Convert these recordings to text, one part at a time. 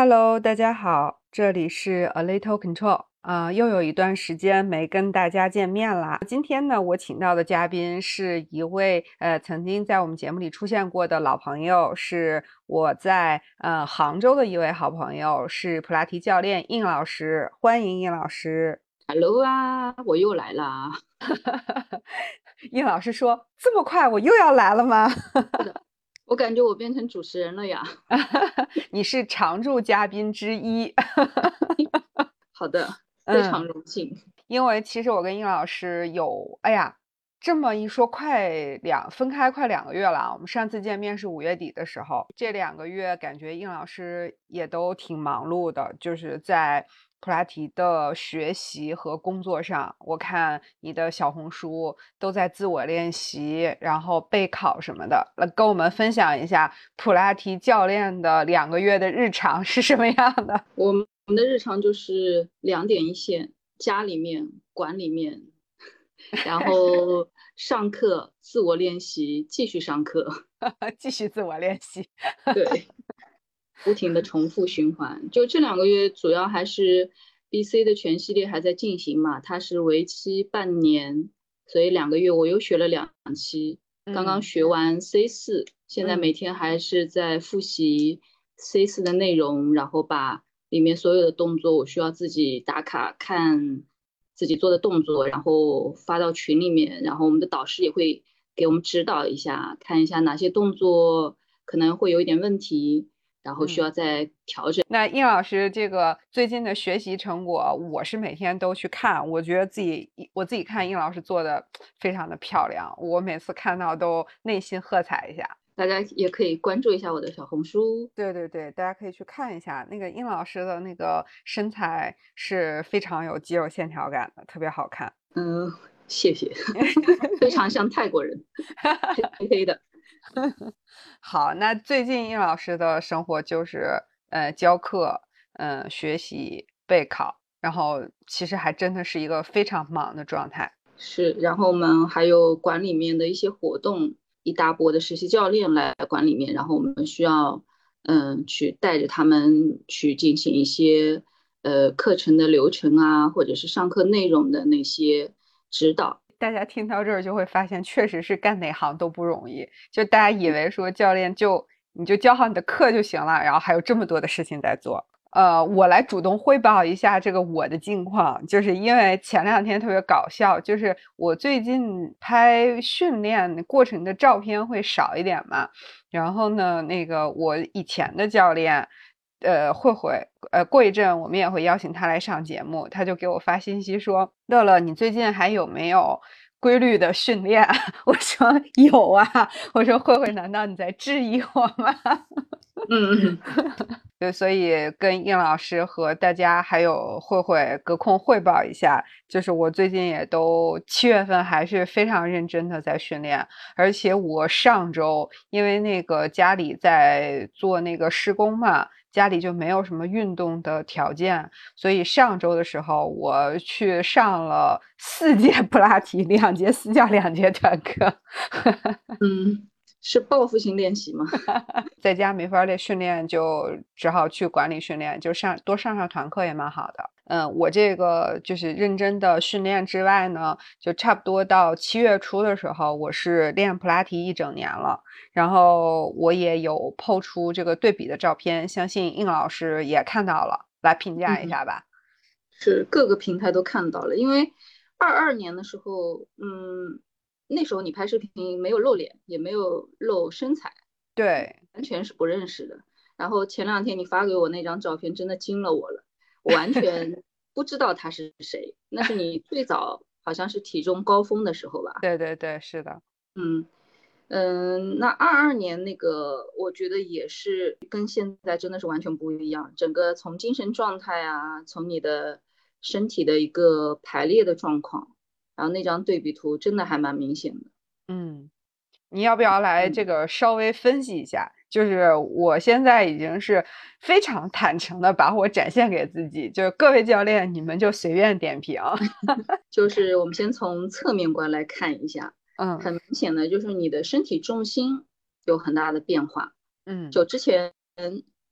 Hello，大家好，这里是 A Little Control 又有一段时间没跟大家见面啦。今天呢，我请到的嘉宾是一位曾经在我们节目里出现过的老朋友，是我在杭州的一位好朋友，是普拉提教练应老师，欢迎应老师。 Hello 啊，我又来啦！ 应老师说：“这么快，我又要来了吗？” 是的，我感觉我变成主持人了呀。 你是常驻嘉宾之一。 好的，非常嗯。 荣幸。 因为其实我跟应老师有，哎呀，这么一说，分开快2个月了。我们上次见面是5月底的时候，这2个月感觉应老师也都挺忙碌的，就是在普拉提的学习和工作上。我看你的小红书都在自我练习，然后备考什么的，来跟我们分享一下普拉提教练的2个月的日常是什么样的。 我们的日常就是2点一线，家里面、馆里面，然后上课、自我练习，继续上课， 继续自我练习。 对，不停的重复循环。就这2个月，主要还是 BC 的全系列还在进行嘛，它是为期半年，所以2个月我又学了2期，刚刚嗯学完 C4，现在每嗯。 天还是在复习 C4的内容，然后把里面所有的动作我需要自己打卡看自己做的动作，然后发到群里面，然后我们的导师也会给我们指导一下，看一下哪些动作可能会有一点问题。然后需嗯。 要再调整。 那应老师这个最近的学习成果，我是每天都去看，我觉得我自己看应老师做的非常的漂亮，我每次看到都内心喝彩一下。 大家也可以关注一下我的小红书。 对对对，大家可以去看一下那个应老师的那个身材是非常有肌肉线条感的，特别好看。 嗯，谢谢，非常像泰国人，黑黑的。 好，那最近应老师的生活就是教课，学习备考，然后其实还真的是一个非常忙的状态。 是，然后我们还有馆里面的一些活动，一大波的实习教练来馆里面，然后我们需要去带着他们去进行一些课程的流程啊，或者是上课内容的那些指导。 大家听到这儿就会发现，确实是干哪行都不容易。就大家以为说教练你就教好你的课就行了，然后还有这么多的事情在做。我来主动汇报一下这个我的近况，就是因为前2天特别搞笑，就是我最近拍训练过程的照片会少一点嘛，然后呢，那个我以前的教练，过一阵我们也会邀请他来上节目，他就给我发信息说：“乐乐，你最近还有没有规律的训练？”我说有啊，我说慧慧，难道你在质疑我吗？ 嗯嗯， 对，所以跟应老师和大家还有慧慧隔空汇报一下，就是我最近也都7月份还是非常认真的在训练，而且我上周因为那个家里在做那个施工嘛，家里就没有什么运动的条件，所以上周的时候我去上了4节普拉提，2节私教，2节团课。 嗯，是报复性练习吗？ 在家没法训练，就只好去馆里训练，就多上上团课也蛮好的。我这个就是认真的训练之外呢，就差不多到7月初的时候，我是练普拉提一整年了。然后我也有抛出这个对比的照片，相信应老师也看到了，来评价一嗯。 下吧。 是各个平台都看到了，因为22年的时候，那时候你拍视频没有露脸，也没有露身材， 对。 完全是不认识的。然后前2天你发给我那张照片，真的惊了我了，我完全不知道他是谁。那是你最早好像是体重高峰的时候吧？ 对对对，是的。 嗯。那22年那个，我觉得也是跟现在真的是完全不一样。整个从精神状态啊，从你的身体的一个排列的状况，然后那张对比图真的还蛮明显的。 嗯。你要不要来这嗯， 个稍微分析一下？就是我现在已经是非常坦诚的把我展现给自己，就是各位教练，你们就随便点评。 就是我们先从侧面观来看一下， 嗯很明显的就是你的身体重心有很大的变化。 嗯就之前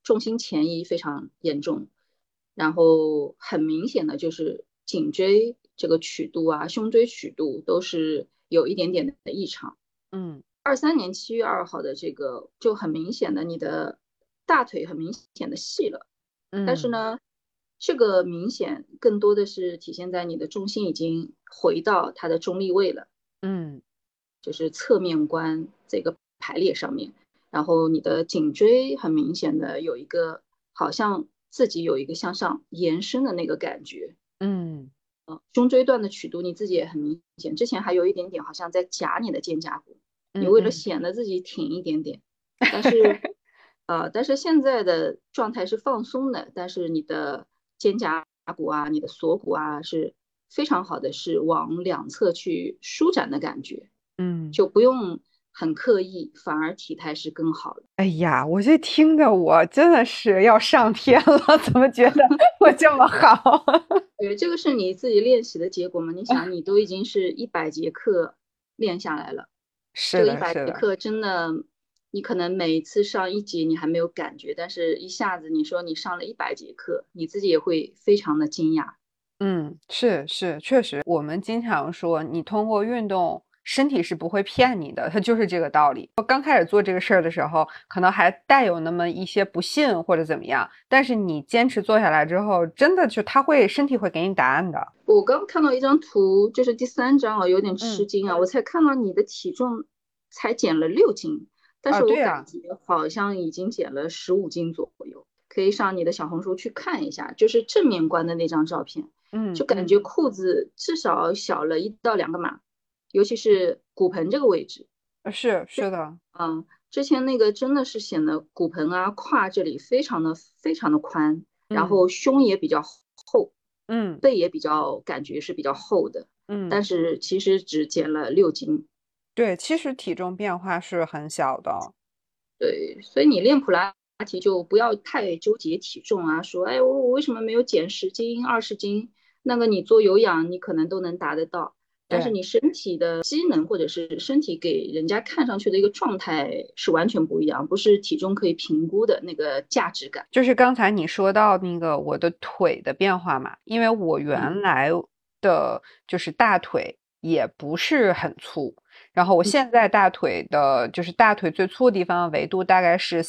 重心前移非常严重，然后很明显的就是颈椎这个曲度啊、胸椎曲度都是有一点点的异常。 嗯 23年7月2号的这个就很明显的，你的大腿很明显的细了，但是嗯呢，这个明显更多的是体现在你的重心已经回到它的中立位了， 嗯就是侧面观这个排列上面，然后你的颈椎很明显的有一个好像自己有一个向上延伸的那个感觉， 嗯胸椎段的曲度你自己也很明显，之前还有一点点好像在夹你的肩胛骨，你为了嗯嗯显得自己挺一点点，但是但是现在的状态是放松的，但是你的肩胛骨啊、你的锁骨啊是非常好的，是往两侧去舒展的感觉， 嗯。 就不用很刻意，反而体态是更好的。 哎呀，我这听着我真的是要上天了，怎么觉得我这么好？ 对，这个是你自己练习的结果嘛？你想，你都已经是100节课练下来了。这是的， 个一百是的。 节课真的，你可能每一次上一节你还没有感觉，但是一下子你说你上了100节课，你自己也会非常的惊讶。 嗯，是是，确实，我们经常说，你通过运动，身体是不会骗你的，它就是这个道理。我刚开始做这个事儿的时候，可能还带有那么一些不信或者怎么样，但是你坚持做下来之后，真的就身体会给你答案的。 我刚看到一张图，就是第3张啊，有点吃嗯， 惊啊！我才看到你的体重才减了6斤，但啊， 是我对呀， 感觉好像已经减了15斤左右。可以上你的小红书去看一下，就是正面观的那张照片，就感嗯嗯， 觉裤子至少小了1到2个码，尤其是骨盆这个位置。 是的， 嗯，之前那个真的是显得骨盆啊、胯这里非常的宽，然嗯后胸也比较厚， 嗯背也比较感觉是比较厚的， 嗯， 但是其实只减了6斤。 对，其实体重变化是很小的。 对，所以你练普拉提就不要太纠结体重啊，说哎我为什么没有减10斤、20斤？那个你做有氧你可能都能达得到，但是对。 你身体的机能或者是身体给人家看上去的一个状态是完全不一样，不是体重可以评估的那个价值感。 就是刚才你说到那个我的腿的变化嘛，因为我嗯原来的就是大腿也不是很粗，然后我嗯现在大腿的就是大腿最粗的地方维度大概是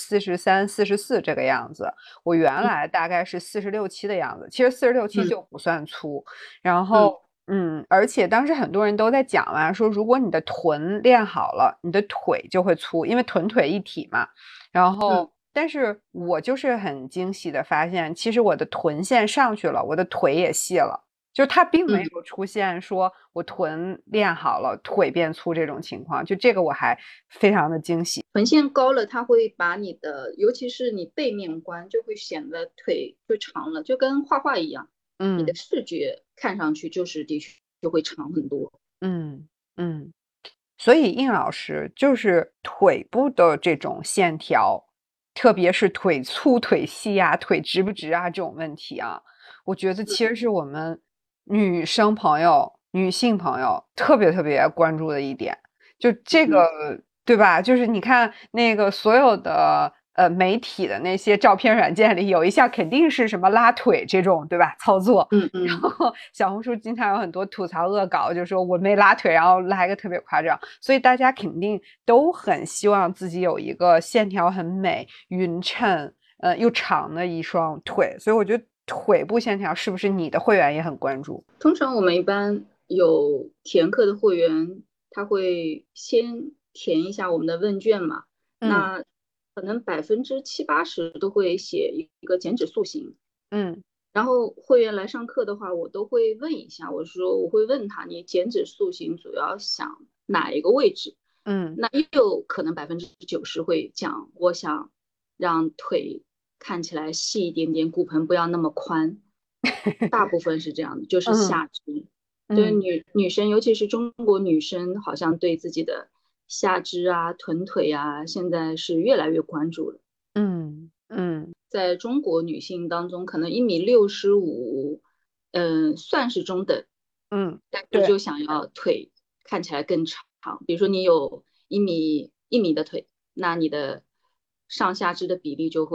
43、44这个样子，我原嗯来大概是46、7的样子，其实46、7 嗯就不算粗，然嗯后。而且当时很多人都在讲嘛，说如果你的臀练好了，你的腿就会粗，因为臀腿一体嘛。然嗯后，但是我就是很惊喜的发现，其实我的臀线上去了，我的腿也细了，就它并没嗯， 有出现说我臀练好了，腿变粗这种情况，就这个我还非常的惊喜。 臀线高了，它会把你的，尤其是你背面观，就会显得腿就长了，就跟画画一样，你的嗯视觉看上去就是的确就会长很多。 嗯嗯，所以应老师就是腿部的这种线条，特别是腿粗腿细啊、腿直不直啊这种问题啊，我觉得其实是我们女生朋友、女性朋友特别特别关注的一点。就这嗯个，对吧？就是你看那个所有的媒体的那些照片软件里，有一项肯定是什么拉腿这种，对吧？操作。然嗯嗯。 后小红书经常有很多吐槽恶搞，就说我没拉腿，然后拉一个特别夸张，所以大家肯定都很希望自己有一个线条很美、匀称，又长的一双腿。所以我觉得腿部线条是不是你的会员也很关注？ 通常我们一般有填课的会员，他会先填一下我们的问卷嘛， 嗯那可能70%-80%都会写一个减脂塑形。 嗯然后会员来上课的话，我都会问一下，我会问他，你减脂塑形主要想哪一个位置？ 嗯那也有可能90%会讲，我想让腿看起来细一点点，骨盆不要那么宽。大部分是这样的，就是嗯下肢，就是嗯女生，尤其是中国女生，好像对自己的下肢啊、臀腿啊，现在是越来越关注了。 嗯嗯在中国女性当中，可能1.65米，算是中等， 嗯， 但是对， 就想要腿看起来更长。比如说你有1米的腿，那你的上下肢的比例就会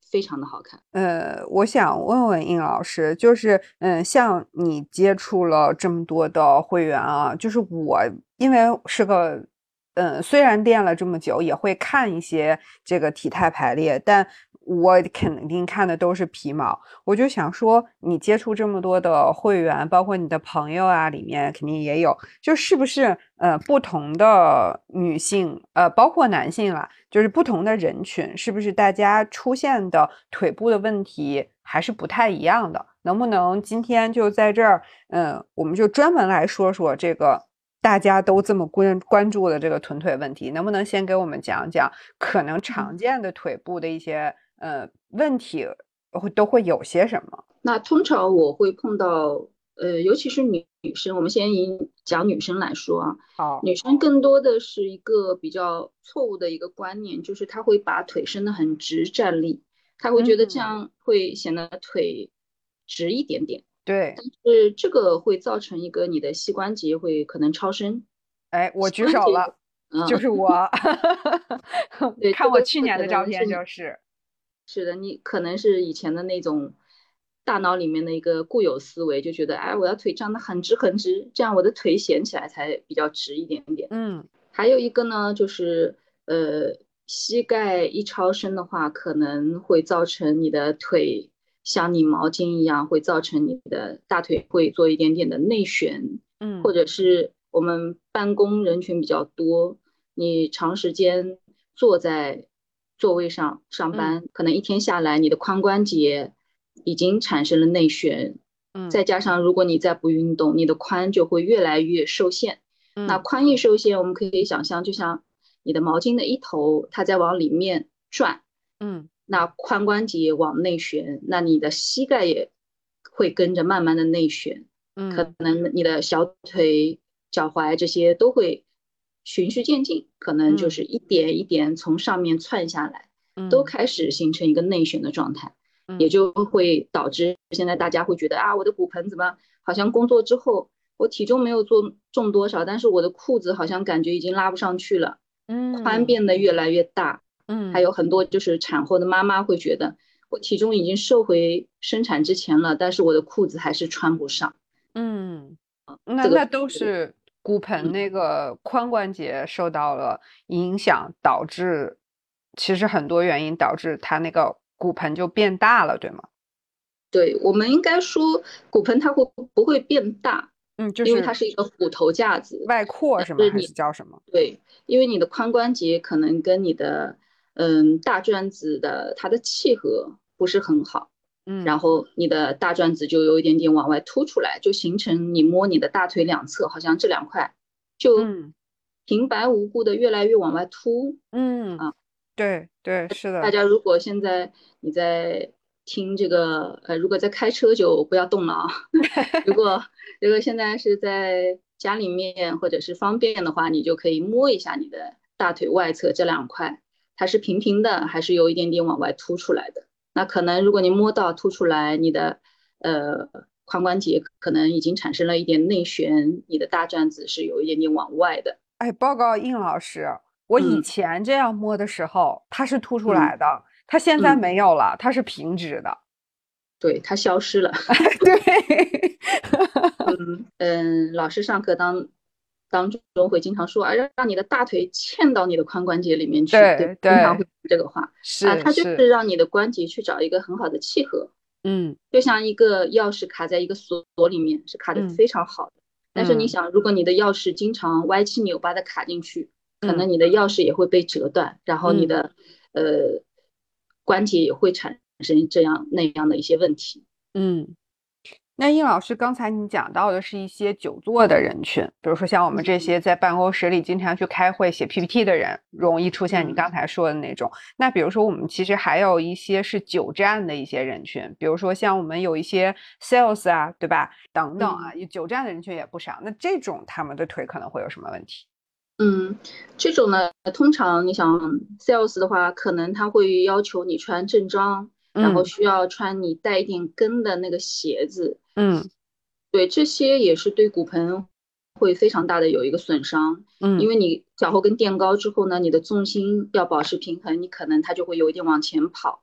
非常的好看。 我想问问应老师，就是像你接触了这么多的会员啊，就是我因为是个虽然练了这么久，也会看一些这个体态排列，但我肯定看的都是皮毛。我就想说，你接触这么多的会员，包括你的朋友啊，里面肯定也有，就是不是不同的女性，包括男性啦。就是不同的人群，是不是大家出现的腿部的问题还是不太一样的？能不能今天就在这儿，我们就专门来说说这个大家都这么关注的这个臀腿问题？能不能先给我们讲讲可能常见的腿部的一些问题都会有些什么？ 那通常我会碰到，尤其是女生，我们先以讲女生来说啊， 好， 女生更多的是一个比较错误的一个观念，就是她会把腿伸得很直站立，她会觉得这嗯， 样会显得腿直一点点， 对， 这个会造成一个你的膝关节会可能超伸， 哎，我膝关节， 举手了，就嗯， 是我， 对， 看我去这个可年的照片能是就是。 是的，你可能是以前的那种大脑里面的一个固有思维，就觉得，哎，我要腿张得很直很直，这样我的腿显起来才比较直一点点。 嗯还有一个呢，就是膝盖一超伸的话，可能会造成你的腿像拧毛巾一样，会造成你的大腿会做一点点的内旋，或嗯者是我们办公人群比较多，你长时间坐在座位上上嗯班，可能一天下来，你的髋关节已经产生了内旋， 嗯再加上如果你再不运动，你的髋就会越来越受限。那嗯髋一受限，我们可以想象，就像你的毛巾的一头，它在往里面转， 嗯那髋关节往内旋，那你的膝盖也会跟着慢慢的内旋，可嗯能你的小腿、脚踝这些都会循序渐进，可能就嗯是一点一点从上面窜下来，都嗯开始形成一个内旋的状态，也嗯就会导致现在大家会觉得啊，我的骨盆怎么好像工作之后。我体重没有做重多少，但是我的裤子好像感觉已经拉不上去了，髋嗯变得越来越大。还嗯有很多就是产后的妈妈会觉得，我体重已经瘦回生产之前了，但是我的裤子还是穿不上。 嗯，那这个， 那都是骨盆嗯， 那个髋关节受到了影响，导致其实很多原因导致它那个骨盆就变大了，对吗？ 对，我们应该说骨盆它会不会变大， 嗯，就是因为它是一个骨头架子， 外扩是吗？还是但是你叫什么？ 对，因为你的髋关节可能跟你的大转子的它的契合不是很好，然嗯后你的大转子就有一点点往外凸出来，就形成你摸你的大腿两侧，好像这两块就嗯平白无故的越来越往外凸。 嗯，对对，是的， 大家如果现在你在听这个，如果在开车就不要动了啊。如果现在是在家里面或者是方便的话，你就可以摸一下你的大腿外侧这两块，它是平平的，还是有一点点往外凸出来的？那可能如果你摸到凸出来，你的髋关节可能已经产生了一点内旋，你的大转子是有一点点往外的。 哎，报告应老师，我以嗯前这样摸的时候，它是凸出嗯来的，它现在嗯， 没有了，它是平直的。 对，它消失了。 对， 老师上课当中会经常说，啊，让你的大腿嵌到你的髋关节里面去，对， 对对， 经常会说这个话啊，它就是是， 是让你的关节去找一个很好的契合， 嗯就像一个钥匙卡在一个锁里面，是卡的嗯非常好的。但是你嗯想，如果你的钥匙经常歪七扭八的卡进去，可嗯能你的钥匙也会被折断，然后你嗯的关节也会产生这样那样的一些问题。 嗯。那应老师，刚才你讲到的是一些久坐的人群，比如说像我们这些在办公室里经常去开会写 PPT 的人，容易出现你嗯刚才说的那种。那比如说我们其实还有一些是久站的一些人群，比如说像我们有一些 sales 啊，对吧？等等啊， 嗯。 有久站的人群也不少。那这种他们的腿可能会有什么问题？ 嗯，这种呢，通常你想 sales 的话，可能他会要求你穿正装，然后嗯需要穿你带一点跟的那个鞋子， 嗯对，这些也是对骨盆会非常大的有一个损伤，因嗯为你脚后跟垫高之后呢，你的重心要保持平衡，你可能它就会有一点往前跑，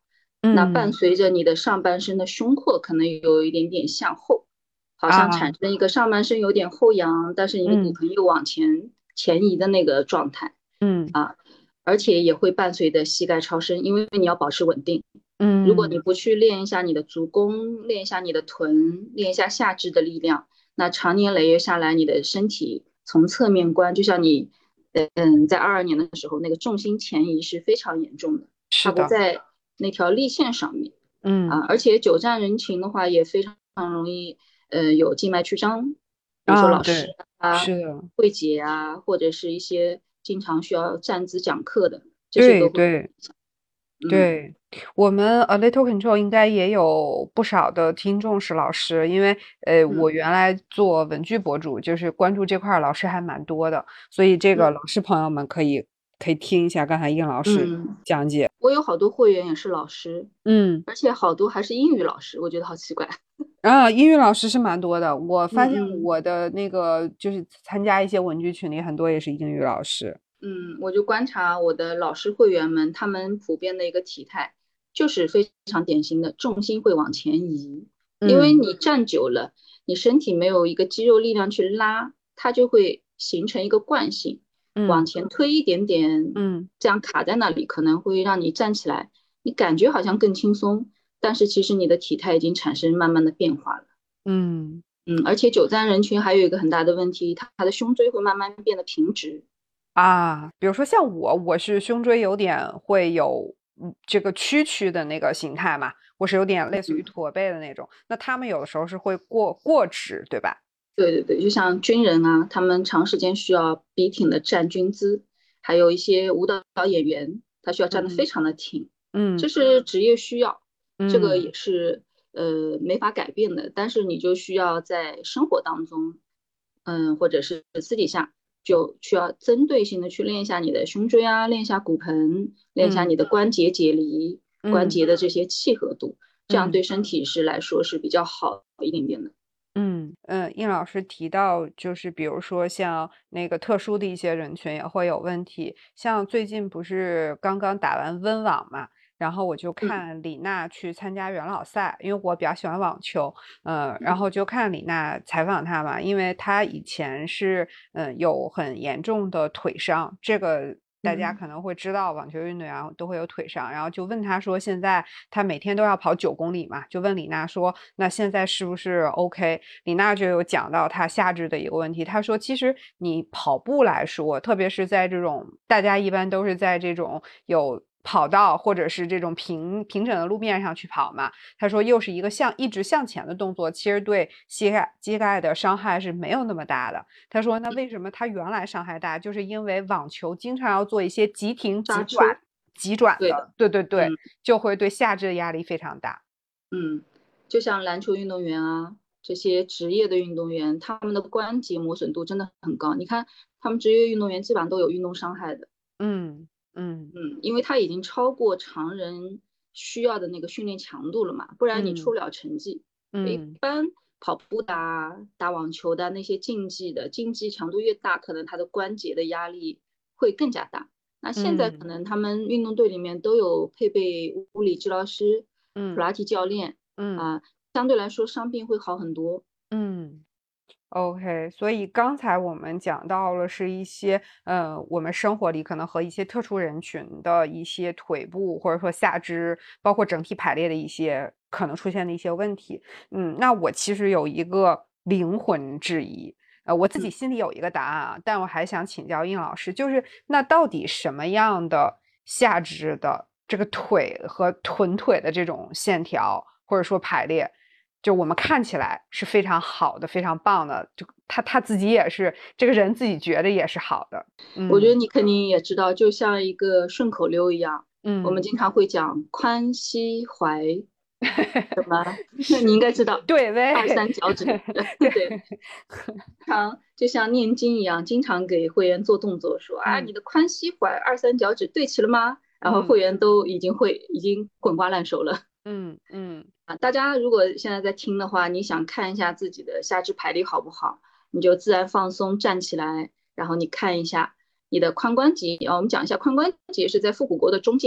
那伴嗯随着你的上半身的胸廓可能有一点点向后，好像产啊生一个上半身有点后仰，但是你的骨嗯盆又往前移的那个状态嗯啊，而且也会伴随着膝盖超伸，因为你要保持稳定。如果你嗯， 不去练一下你的足弓，练一下你的臀，练一下下肢的力量，那长年累月下来，你的身体从侧面观，就像你，在22年的时候，那个重心前移是非常严重的，它是的， 不在那条力线上面啊， 嗯而且久站人群的话，也非常容易，有静脉曲张，比如说啊， 老师对， 啊、 是的， 慧姐啊，或者是一些经常需要站姿讲课的，这些都会， 对对。 嗯对，我们Little Control 应该也有不少的听众是老师，因为嗯我原来做文具博主，就是关注这块儿老师还蛮多的，所以这个嗯老师朋友们可以听一下刚才应老师嗯。 讲解。 我有好多会员也是老师， 嗯， 而且好多还是英语老师，我觉得好奇怪。 英语老师是蛮多的，我发现嗯嗯我的那个就是参加一些文具群里，很多也是英语老师。 嗯，我就观察我的老师会员们，他们普遍的一个体态就是非常典型的重心会往前移，因为嗯你站久了，你身体没有一个肌肉力量去拉，它就会形成一个惯性，往嗯前推一点点， 嗯这样卡在那里，可能会让你站起来，你感觉好像更轻松，但是其实你的体态已经产生慢慢的变化了。 嗯。 嗯，而且久站人群还有一个很大的问题，他的胸椎会慢慢变得平直。 啊，比如说像我，我是胸椎有点会有这个屈的那个形态嘛，我是有点类似于嗯， 驼背的那种。那他们有的时候是会过直，对吧？ 对对对，就像军人啊，他们长时间需要笔挺的站军姿，还有一些舞蹈演员，他需要站得非嗯常的挺， 嗯这是职业需要，这个嗯也是没法改变的。但是你就需要在生活当中，或者是私底下，就需要针对性的去练一下你的胸椎啊，练一下骨盆，练一下嗯你的关节解离、关嗯节的这些契合度，这样嗯对身体是来说是比较好一点点的。 应老师提到，就是比如说像那个特殊的一些人群也会有问题，像最近不是刚刚打完温网嘛，然后我就嗯看李娜去参加元老赛，因为我比较喜欢网球，然嗯后就看李娜采访她嘛，因为她以前是有很严重的腿伤，这个大家嗯。 可能会知道，网球运动员都会有腿伤，然后就问她说，现在她每天都要跑9公里嘛，就问李娜说，那现在是不是 OK？李娜就有讲到她下肢的一个问题，她说，其实你跑步来说，特别是在这种大家一般都是在这种有跑道或者是这种平整的路面上去跑嘛，他说又是一个一直向前的动作，其实对膝盖的伤害是没有那么大的。他说那为什么他原来伤害大，就是因为网球经常要做一些急停急转刹车， 急转对的， 的，对对对， 嗯就会对下肢的压力非常大。 嗯，就像篮球运动员啊，这些职业的运动员，他们的关节磨损度真的很高。你看，他们职业运动员基本上都有运动伤害的， 嗯嗯因为他已经超过常人需要的那个训练强度了嘛，不然你出嗯不了成绩。一嗯般跑步的啊、打网球的那些竞技的，竞技强度越大，可能他的关节的压力会更加大。那现在可嗯能他们运动队里面都有配备物理治疗师、普嗯拉提教练嗯啊，相对来说伤病会好很多。 嗯。OK，所以刚才我们讲到了是一些我们生活里可能和一些特殊人群的一些腿部或者说下肢，包括整体排列的一些可能出现的一些问题。那我其实有一个灵魂质疑，我自己嗯心里有一个答案啊，但我还想请教应老师，就是那到底什么样的下肢的这个腿和臀腿的这种线条或者说排列？就我们看起来是非常好的、非常棒的，就他自己也是这个人自己觉得也是好的， 我觉得嗯你肯定也知道，就像一个顺口溜一样，我们嗯， 经常会讲髋、膝、踝，你应该知道， 对二呗， 三脚趾， 对， 对，常就像念经一样，经常给会员做动作，说啊， 嗯你的髋、膝、踝、二三脚趾对齐了吗？然后嗯会员都已经滚瓜烂熟了嗯嗯啊。大家如果现在在听的话，你想看一下自己的下肢排列好不好，你就自然放松站起来，然后你看一下你的髋关节啊，我们讲一下髋关节是在腹股沟的中间，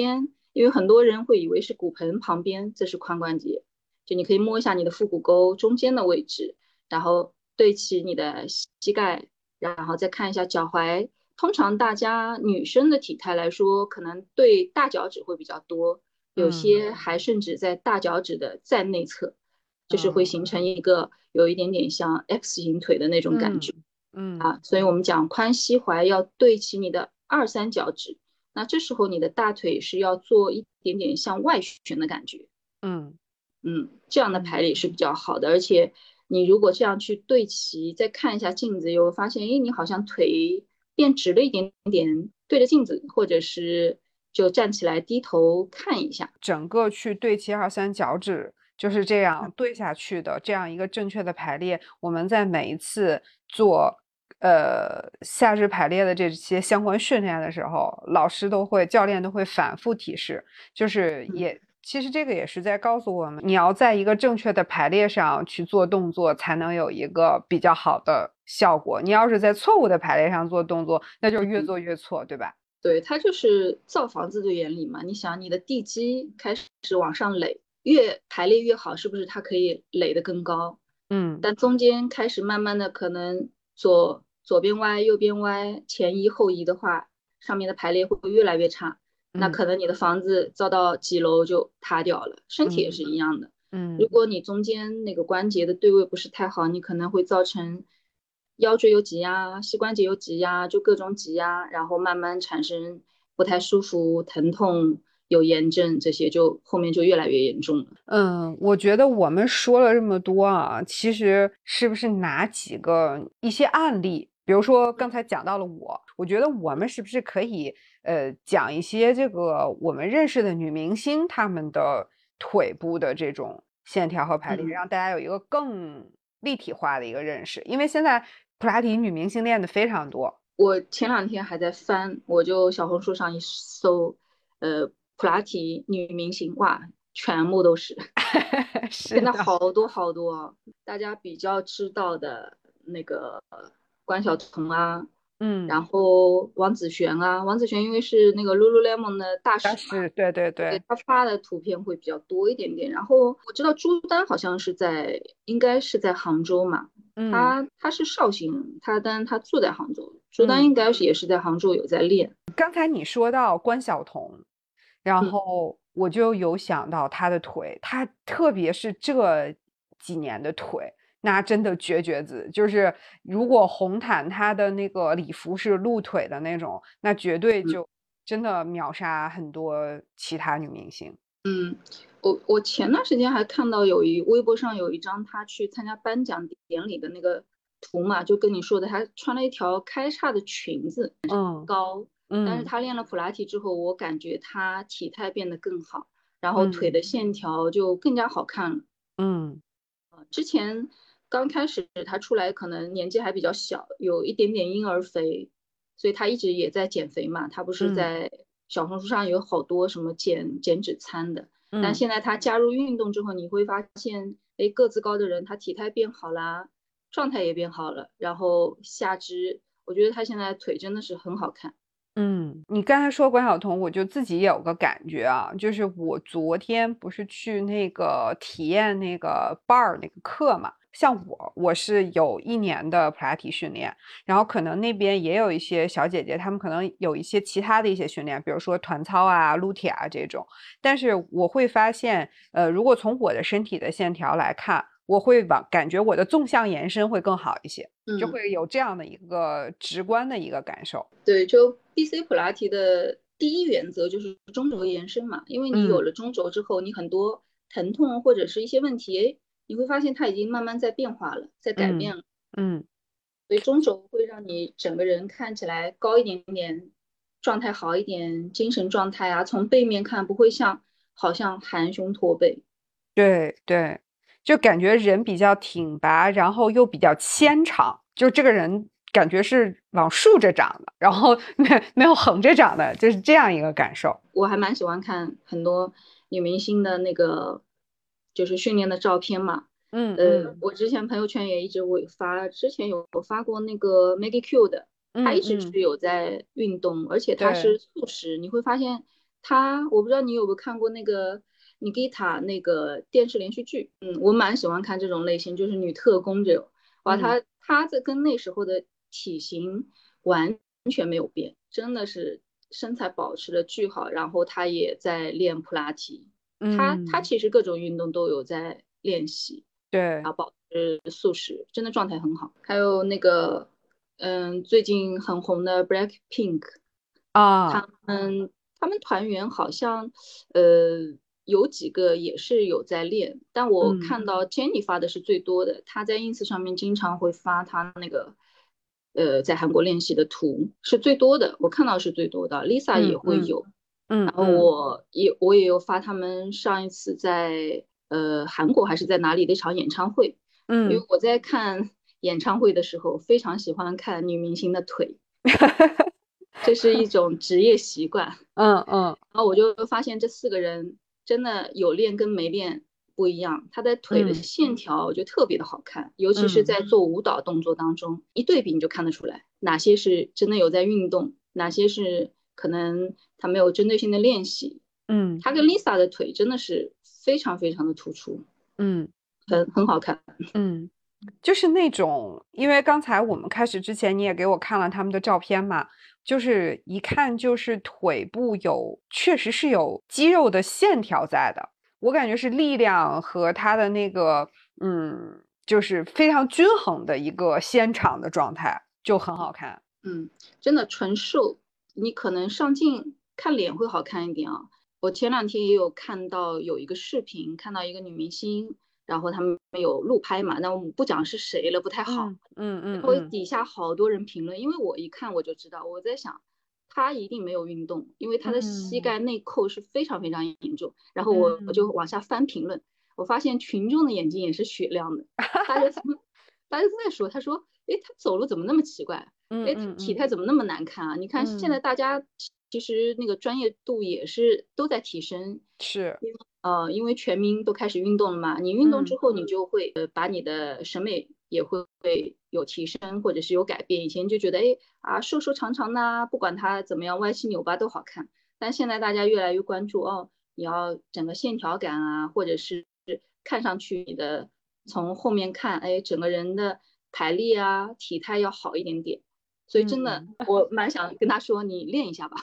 因为很多人会以为是骨盆旁边，这是髋关节，就你可以摸一下你的腹股沟中间的位置，然后对齐你的膝盖，然后再看一下脚踝。通常大家女生的体态来说，可能对大脚趾会比较多，有嗯些还甚至在大脚趾的再内侧，就是会嗯形成一个有一点点像 X 型腿的那种感觉。 嗯嗯啊，所以我们讲髋膝踝要对齐你的二三脚趾，那这时候你的大腿是要做一点点向外旋的感觉， 嗯这样的嗯排列是比较好的。而且你如果这样去对齐，再看一下镜子，又发现，诶，你好像腿变直了一点点，对着镜子，或者是就站起来低头看一下。 整个去对齐二三脚趾，就是这样对下去的，这样一个正确的排列。我们在每一次做下肢排列的这些相关训练的时候，教练都会反复提示，就是其实这个也是在告诉我们，你要在一个正确的排列上去做动作，才能有一个比较好的效果。你要是在错误的排列上做动作，那就越做越错，对吧？ 对，它就是造房子的原理嘛。你想，你的地基开始往上垒，越排列越好，是不是它可以垒得更高？ 嗯但中间开始慢慢的可能左边歪，右边歪，前移后移的话，上面的排列会越来越差。那嗯可能你的房子造到几楼就塌掉了，身体也是嗯一样的。如嗯。 果你中间那个关节的对位不是太好，你可能会造成腰椎有挤压、膝关节有挤压，就各种挤压，然后慢慢产生不太舒服、疼痛、有炎症，这些就后面就越来越严重了。 我觉得我们说了这么多啊，其实是不是拿一些案例，比如说刚才讲到了我觉得我们是不是可以讲一些这个我们认识的女明星她们的腿部的这种线条和排列， 嗯。 让大家有一个更立体化的一个认识，因为现在普拉提女明星练的非常多。 我前两天还在翻，我就小红书上一搜，普拉提女明星，哇，全部都是，现在是的， 好多好多啊，大家比较知道的那个关晓彤啊， 嗯， 然后王子璇啊，王子璇因为是那个 Lululemon 的大使嘛， 但是对对对， 对他发的图片会比较多一点点。然后我知道朱丹好像应该是在杭州嘛， 嗯他是绍兴人，但他住在杭州，朱丹嗯。 应该是也是在杭州有在练。 刚才你说到关晓彤，然嗯后我就有想到她的腿，她特别是这几年的腿，那真的绝子。就是如果红毯她的那个礼服是露腿的那种，那绝对嗯就真的秒杀很多其他女明星。 嗯，我前段时间还看到微博上有一张他去参加颁奖典礼的那个图嘛，就跟你说的，他穿了一条开叉的裙子， 嗯高，但是嗯他练了普拉提之后，我感觉他体态变得更好，然后腿嗯的线条就更加好看了。 嗯之前刚开始他出来可能年纪还比较小，有一点点婴儿肥，所以他一直也在减肥嘛。他不是嗯在小红书上有好多什么减脂餐的，但嗯。 现在他加入运动之后，你会发现，哎，个子高的人他体态变好啦，状态也变好了，然后下肢，我觉得他现在腿真的是很好看。 你刚才说关晓彤，我就自己也有个感觉啊，就是我昨天不是去那个体验那个 bar 那个课嘛，像我是有1年的普拉提训练，然后可能那边也有一些小姐姐，她们可能有一些其他的一些训练，比如说团操啊、撸铁啊这种，但是我会发现，如果从我的身体的线条来看，我会感觉我的纵向延伸会更好一些，就嗯。 会有这样的一个直观的一个感受。 对，就 BC 普拉提的第一原则就是中轴延伸嘛，因为你有嗯了中轴之后，你很多疼痛或者是一些问题，诶你会发现它已经慢慢在变化了，在改嗯变了。 嗯， 所以中轴会让你整个人看起来高一点点，状态好一点，精神状态啊，从背面看不会好像含胸驼背。 对对，就感觉人比较挺拔，然后又比较纤长，就这个人感觉是往竖着长的，然后没有横着长的，就是这样一个感受。 我还蛮喜欢看很多女明星的那个就是训练的照片嘛。 嗯嗯我之前朋友圈也一直会发，之前有发过那个 Maggie Q 的，她一直是嗯嗯， 有在运动，而且她对， 是素食，你会发现我不知道你有没有看过那个妮吉塔那个电视连续剧，我蛮喜欢看这种类型，就是女特工这种。哇， 嗯她在跟那时候的体型完全没有变，真的是身材保持的巨好，然后她也在练普拉提，她嗯， 其实各种运动都有在练习， 对然后保持素食，真的状态很好。还有那个最近很红的 BLACKPINK。 啊， 他们团员好像，呃，有几个也是有在练，但我嗯看到 Jennie 发的是最多的，她在 ins 上面经常会发她那个，在韩国练习的图是最多的，我看到是最多的，Lisa 也嗯嗯会有，然后嗯嗯我也有发他们上一次在韩国还是在哪里的一场演唱会，因为嗯， 我在看演唱会的时候非常喜欢看女明星的腿。这是一种职业习惯。 嗯嗯然后我就发现这4个人真的有练跟没练不一样，他的腿的嗯线条就特别的好看，尤其是嗯在做舞蹈动作当中，一对比你就看得出来哪些是真的有在运动，哪些是可能他没有针对性的练习。 嗯他跟 Lisa 的腿真的是非常非常的突出， 嗯很好看。 嗯，就是那种，因为刚才我们开始之前你也给我看了他们的照片嘛，就是一看就是腿部确实是有肌肉的线条在的，我感觉是力量和他的那个，就是非常均衡的一个纤长的状态，就很好看。 嗯，真的纯瘦，你可能上镜看脸会好看一点啊。我前2天也有看到有一个视频，看到一个女明星，然后他们有录拍嘛，那我们不讲是谁了，不太好。 嗯嗯嗯然后嗯底下好多人评论，因为我一看我就知道，我在想她一定没有运动，因为她的膝嗯盖内扣是非常非常严重。然后我就嗯往下翻评论，我发现群众的眼睛也是雪亮的，大家大家都在说，他说，诶，他走路怎么那么奇怪？ 嗯哎， 嗯嗯体态怎么那么难看啊？你看现嗯， 在大家其实那个专业度也是都在提升， 是， 因为全民都开始运动了嘛，你运动嗯之后，你就会把你的审美也会有提升，或者是有改变。以前就觉得哎瘦瘦长长的啊，不管它怎么样歪七扭八都好看，但现在大家越来越关注你要整个线条感啊，或者是看上去你的从后面看，哎，整个人的排列啊、体态要好一点点。所以真的， 嗯。 我蛮想跟他说，你练一下吧。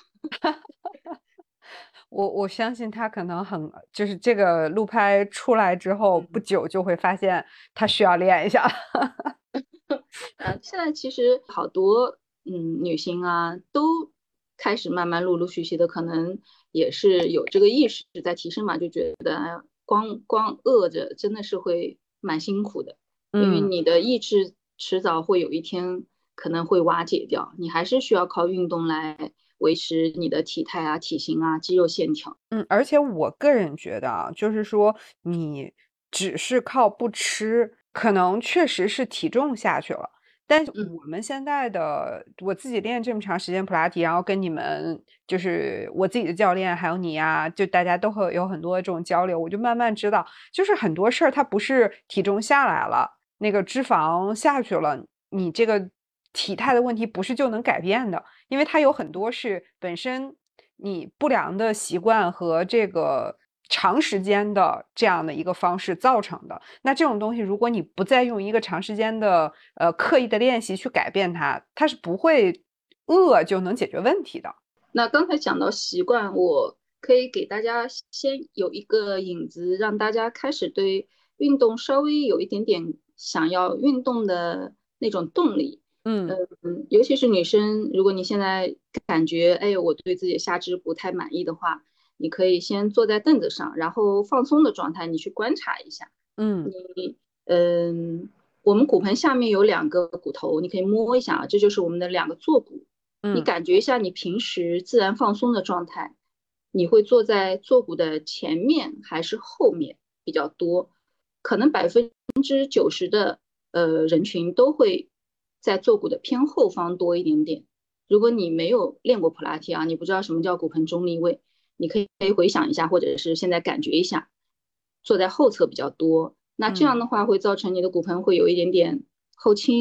我相信他可能就是这个路拍出来之后不久就会发现他需要练一下。 现在其实好多女星啊，都开始慢慢陆陆续续的，可能也是有这个意识在提升嘛，就觉得哎呀光饿着真的是会蛮辛苦的，因为嗯你的意志迟早会有一天可能会瓦解掉，你还是需要靠运动来维持你的体态啊、体型啊、肌肉线条。 嗯，而且我个人觉得啊，就是说你只是靠不吃，可能确实是体重下去了。但是嗯我们现在我自己练这么长时间普拉提，然后跟你们就是我自己的教练，还有你呀，就大家都会有很多这种交流，我就慢慢知道，就是很多事儿它不是体重下来了，那个脂肪下去了，你这个体态的问题不是就能改变的。因为它有很多是本身你不良的习惯和这个长时间的这样的一个方式造成的。那这种东西，如果你不再用一个长时间的刻意的练习去改变它，它是不会饿就能解决问题的。 那刚才讲到习惯，我可以给大家先有一个引子，让大家开始对运动稍微有一点点想要运动的那种动力。 嗯尤其是女生，如果你现在感觉，哎，我对自己的下肢不太满意的话，你可以先坐在凳子上，然后放松的状态，你去观察一下。 嗯嗯，我们骨盆下面有2个骨头，你可以摸一下啊，这就是我们的2个坐骨。你嗯感觉一下你平时自然放松的状态，你会坐在坐骨的前面还是后面比较多？可能90%的人群都会在坐骨的偏后方多一点点。如果你没有练过普拉提啊，你不知道什么叫骨盆中立位，你可以回想一下，或者是现在感觉一下，坐在后侧比较多。那这样嗯的话会造成你的骨盆会有一点点后倾，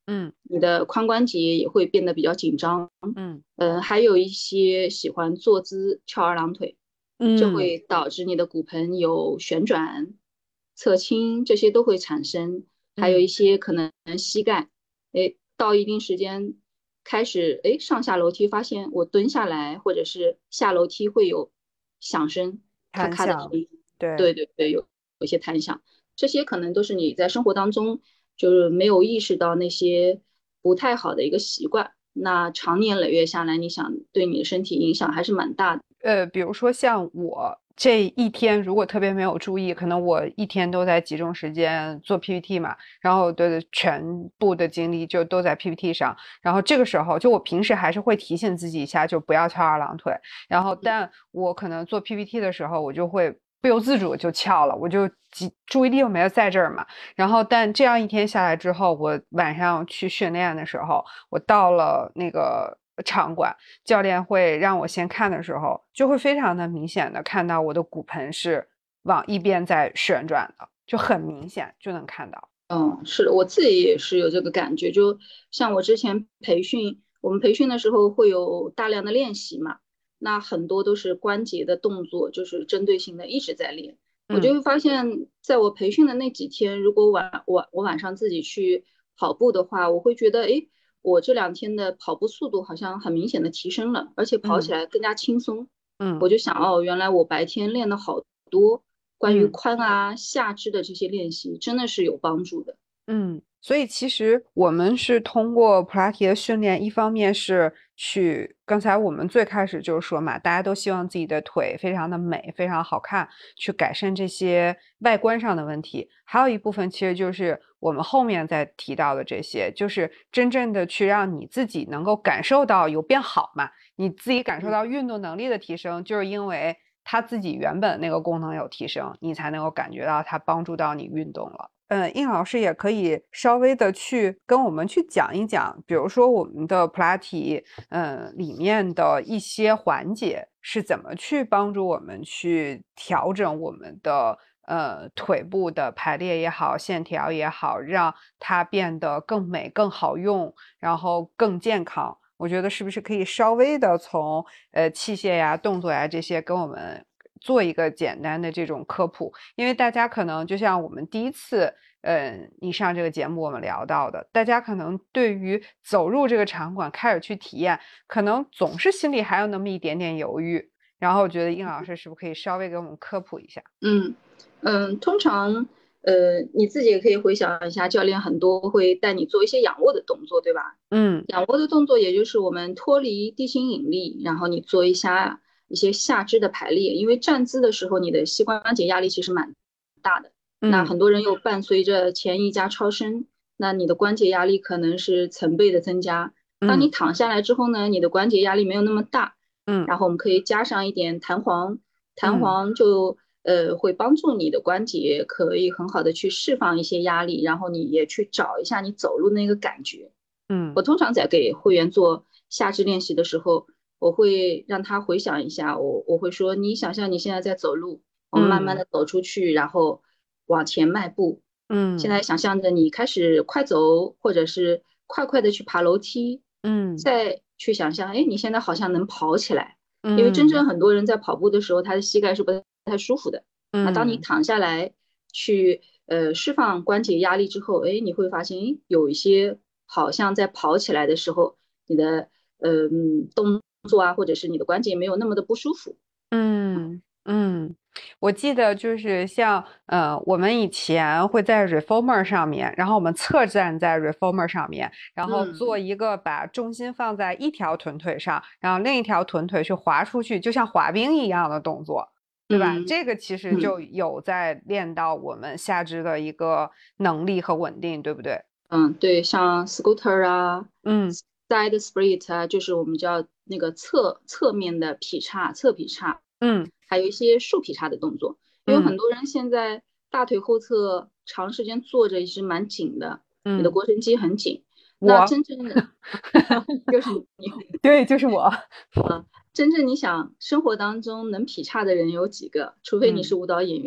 嗯你的髋关节也会变得比较紧张。 嗯还有一些喜欢坐姿翘二郎腿，这嗯会导致你的骨盆有旋转、侧倾，这些都会产生。还有嗯， 一些可能膝盖，到一定时间开始，上下楼梯发现我蹲下来或者是下楼梯会有响声，咔弹响， 咔的声音， 对。 对对对，有一些弹响，这些可能都是你在生活当中就是没有意识到那些不太好的一个习惯。那长年累月下来，你想对你的身体影响还是蛮大的。 比如说像我这一天如果特别没有注意，可能我一天都在集中时间做 PPT 嘛，然后的全部的精力就都在 PPT 上，然后这个时候就我平时还是会提醒自己一下，就不要翘二郎腿，然后但我可能做 PPT 的时候，我就会不由自主就翘了，我就注意力又没有在这儿嘛，然后但这样一天下来之后，我晚上去训练的时候，我到了那个场馆。教练会让我先看的时候，就会非常的明显的看到我的骨盆是往一边在旋转的，就很明显就能看到。 嗯，是的，我自己也是有这个感觉。就像我之前培训，我们培训的时候会有大量的练习嘛，那很多都是关节的动作，就是针对性的一直在练。我就嗯会发现，在我培训的那几天，如果我晚上自己去跑步的话，我会觉得，诶，我这2天的跑步速度好像很明显的提升了，而且跑起嗯来更加轻松。 嗯我就想，哦，原来我白天练的好多。关于嗯。 髋啊、下肢的这些练习，真的是有帮助的。 嗯，所以其实我们是通过普拉提的训练，一方面是去，刚才我们最开始就是说嘛，大家都希望自己的腿非常的美，非常好看，去改善这些外观上的问题。还有一部分其实就是我们后面再提到的这些，就是真正的去让你自己能够感受到有变好嘛，你自己感受到运动能力的提升，就是因为它自己原本那个功能有提升，你才能够感觉到它帮助到你运动了。应老师也可以稍微的去跟我们去讲一讲，比如说我们的普拉提，里面的一些环节是怎么去帮助我们去调整我们的腿部的排列也好，线条也好，让它变得更美、更好用，然后更健康。我觉得是不是可以稍微的从器械呀、动作呀这些跟我们做一个简单的这种科普？因为大家可能就像我们第一次，你上这个节目我们聊到的，大家可能对于走入这个场馆开始去体验，可能总是心里还有那么一点点犹豫。然后我觉得应老师是不是可以稍微给我们科普一下？ 嗯通常你自己也可以回想一下，教练很多会带你做一些仰卧的动作，对吧？ 嗯仰卧的动作也就是我们脱离地心引力，然后你做一些下肢的排列，因为站姿的时候你的膝关节压力其实蛮大的。那嗯很多人又伴随着前移加超伸，那你的关节压力可能是成倍的增加。当你嗯躺下来之后呢，你的关节压力没有那么大， 嗯然后我们可以加上一点弹簧，弹嗯簧就会帮助你的关节可以很好的去释放一些压力，然后你也去找一下你走路那个感觉。 嗯我通常在给会员做下肢练习的时候，我会让他回想一下，我会说，你想象你现在在走路，我们慢慢嗯的走出去，然后往前迈步。现嗯在想象着你开始快走，或者是快快的去爬楼梯， 嗯再去想象，哎，你现在好像能跑起来。因为真嗯正很多人在跑步的时候，他的膝盖是不太舒服的。那当你嗯躺下来去释放关节压力之后，哎，你会发现，诶有一些好像在跑起来的时候，你的动作啊，或者是你的关节没有那么的不舒服。 嗯嗯，我记得就是像我们以前会在 reformer 上面，然后我们侧站在 reformer 上面，然后做嗯一个把重心放在一条臀腿上，然后另一条臀腿去滑出去，就像滑冰一样的动作，对吧？ 嗯这个其实嗯就有在练到我们下肢的一个能力和稳定，对不对？ 嗯，对，像 scooter 啊嗯 ，side split 啊，就是我们叫那个侧面的劈叉、侧劈叉。 嗯还有一些竖劈叉的动作，因为很嗯多人现在大腿后侧长时间坐着也是蛮紧的，你的嗯， 腘绳肌很紧。那我， 真正的就是你， 对，就是我， 真正你想生活当中能劈叉的人有几个？除非你嗯是舞蹈演员。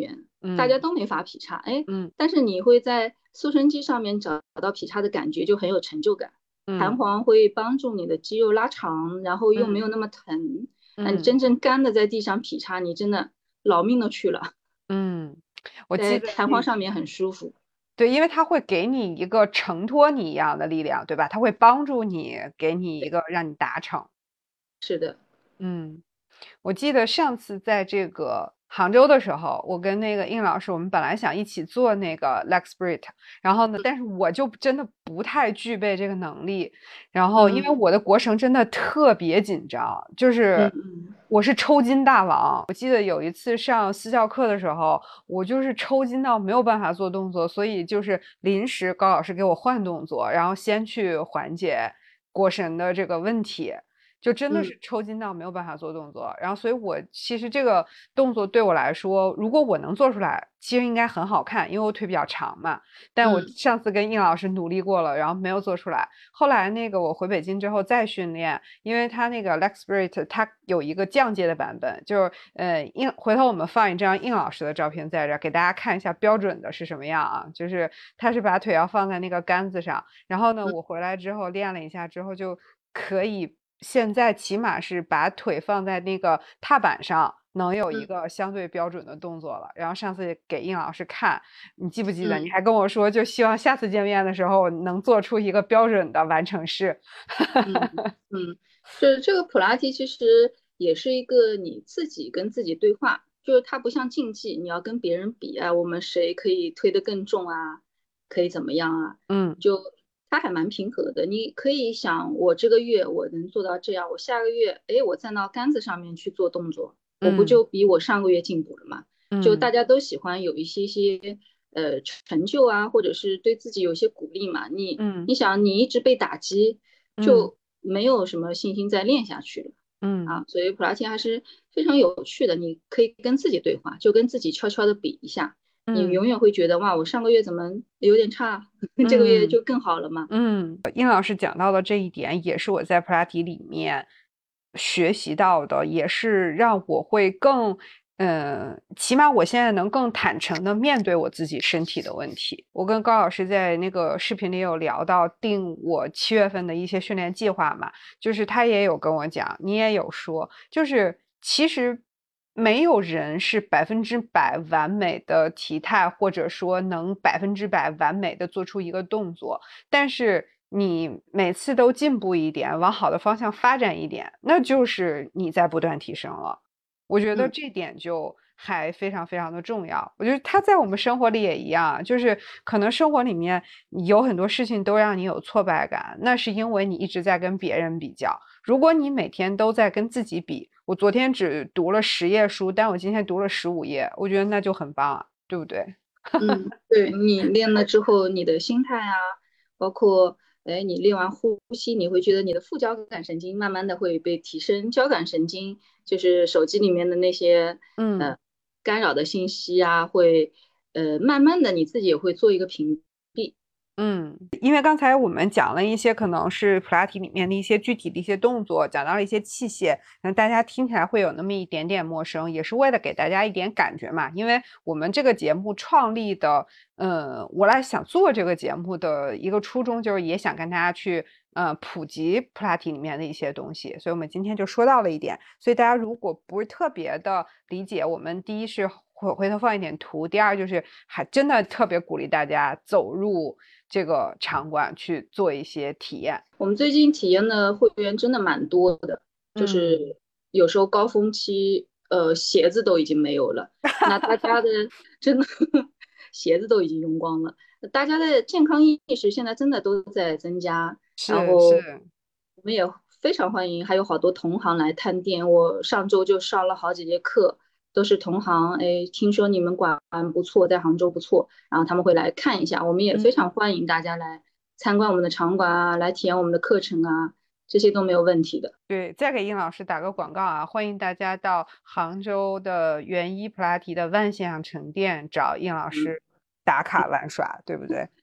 大嗯家都没法劈叉，哎， 嗯但是你会在塑身机上面找到劈叉的感觉，就很有成就感。弹嗯簧会帮助你的肌肉拉长，然后又没嗯有那么疼。你嗯真正干的在地上劈叉，你真的老命都去了。 嗯，我记在得弹簧上面很舒服。 对，因为它会给你一个承托你一样的力量，对吧？它会帮助你，给你一个让你达成。 是的。 嗯。我记得上次在这个杭州的时候，我跟那个应老师，我们本来想一起做那个 Lex Sprit，然后呢，但是我就真的不太具备这个能力，然后因为嗯我的国绳真的特别紧张，就是嗯嗯我是抽筋大王。我记得有一次上私教课的时候，我就是抽筋到没有办法做动作，所以就是临时高老师给我换动作，然后先去缓解过绳的这个问题。就真的嗯是抽筋到没有办法做动作，然后所以我其实这个动作对我来说，如果我能做出来，其实应该很好看，因为我腿比较长嘛。但我嗯上次跟应老师努力过了，然后没有做出来。后来那个我回北京之后再训练，因为它那个 Lex Spirit 它有一个降阶的版本，就是回头我们放一张应老师的照片在这儿给大家看一下标准的是什么样啊，就是他是把腿要放在那个杆子上，然后呢嗯我回来之后练了一下之后就可以。现在起码是把腿放在那个踏板上，能有一嗯个相对标准的动作了。然后上次给应老师看，你记不记得？你嗯还跟我说，就希望下次见面的时候能做出一个标准的完成式。 嗯嗯，就是这个普拉提其实也是一个你自己跟自己对话，就是它不像竞技，你要跟别人比啊，我们谁可以推得更重啊，可以怎么样啊？ 嗯就它还蛮平和的，你可以想，我这个月我能做到这样，我下个月，哎，我站到杆子上面去做动作，我不嗯就比我上个月进步了吗？就嗯大家都喜欢有一些成就啊，或者是对自己有些鼓励嘛。你嗯你想，你一直被打击， 嗯就没有什么信心再练下去了嗯啊。所以普拉提还是非常有趣的，你可以跟自己对话，就跟自己悄悄的比一下，你嗯永远会觉得哇，我上个月怎么有点差，这个月嗯就更好了嘛。 应老师讲到的这一点，也是我在普拉提里面学习到的，也是让我会更，起码我现在能更坦诚的面对我自己身体的问题。我跟高老师在那个视频里有聊到定我7月份的一些训练计划嘛，就是他也有跟我讲，你也有说，就是其实没有人是100%完美的体态，或者说能100%完美的做出一个动作。但是你每次都进步一点，往好的方向发展一点，那就是你在不断提升了。我觉得嗯。 这点就还非常非常的重要。我觉得它在我们生活里也一样，就是可能生活里面有很多事情都让你有挫败感，那是因为你一直在跟别人比较。如果你每天都在跟自己比，我昨天只读了10页书，但我今天读了15页，我觉得那就很棒啊，对不对？ 嗯，对你练了之后，你的心态啊，包括哎，你练完呼吸，你会觉得你的副交感神经慢慢的会被提升，交感神经就是手机里面的那些嗯。 呃干扰的信息啊，会慢慢的你自己也会做一个屏蔽。 因为刚才我们讲了一些可能是普拉提里面的一些具体的一些动作，讲到了一些器械，那大家听起来会有那么一点点陌生，也是为了给大家一点感觉嘛。因为我们这个节目创立的，我来想做这个节目的一个初衷，就是也想跟大家去普及普拉提里面的一些东西，所以我们今天就说到了一点。所以大家如果不是特别的理解，我们第一是回头放一点图，第二就是还真的特别鼓励大家走入这个场馆去做一些体验。 我们最近体验的会员真的蛮多的，就嗯是有时候高峰期，鞋子都已经没有了，那大家的真的鞋子都已经用光了，大家的健康意识现在真的都在增加，然后是是， 我们也非常欢迎，还有好多同行来探店，我上周就上了好几节课，都是同行，哎，听说你们馆不错，在杭州不错，然后他们会来看一下，我们也非常欢迎大家来参观我们的场馆啊，来体验我们的课程啊，这些都没有问题的。 对，再给应老师打个广告啊，欢迎大家到杭州的元一普拉提的万象城店找应老嗯。 师打卡玩耍，对不对？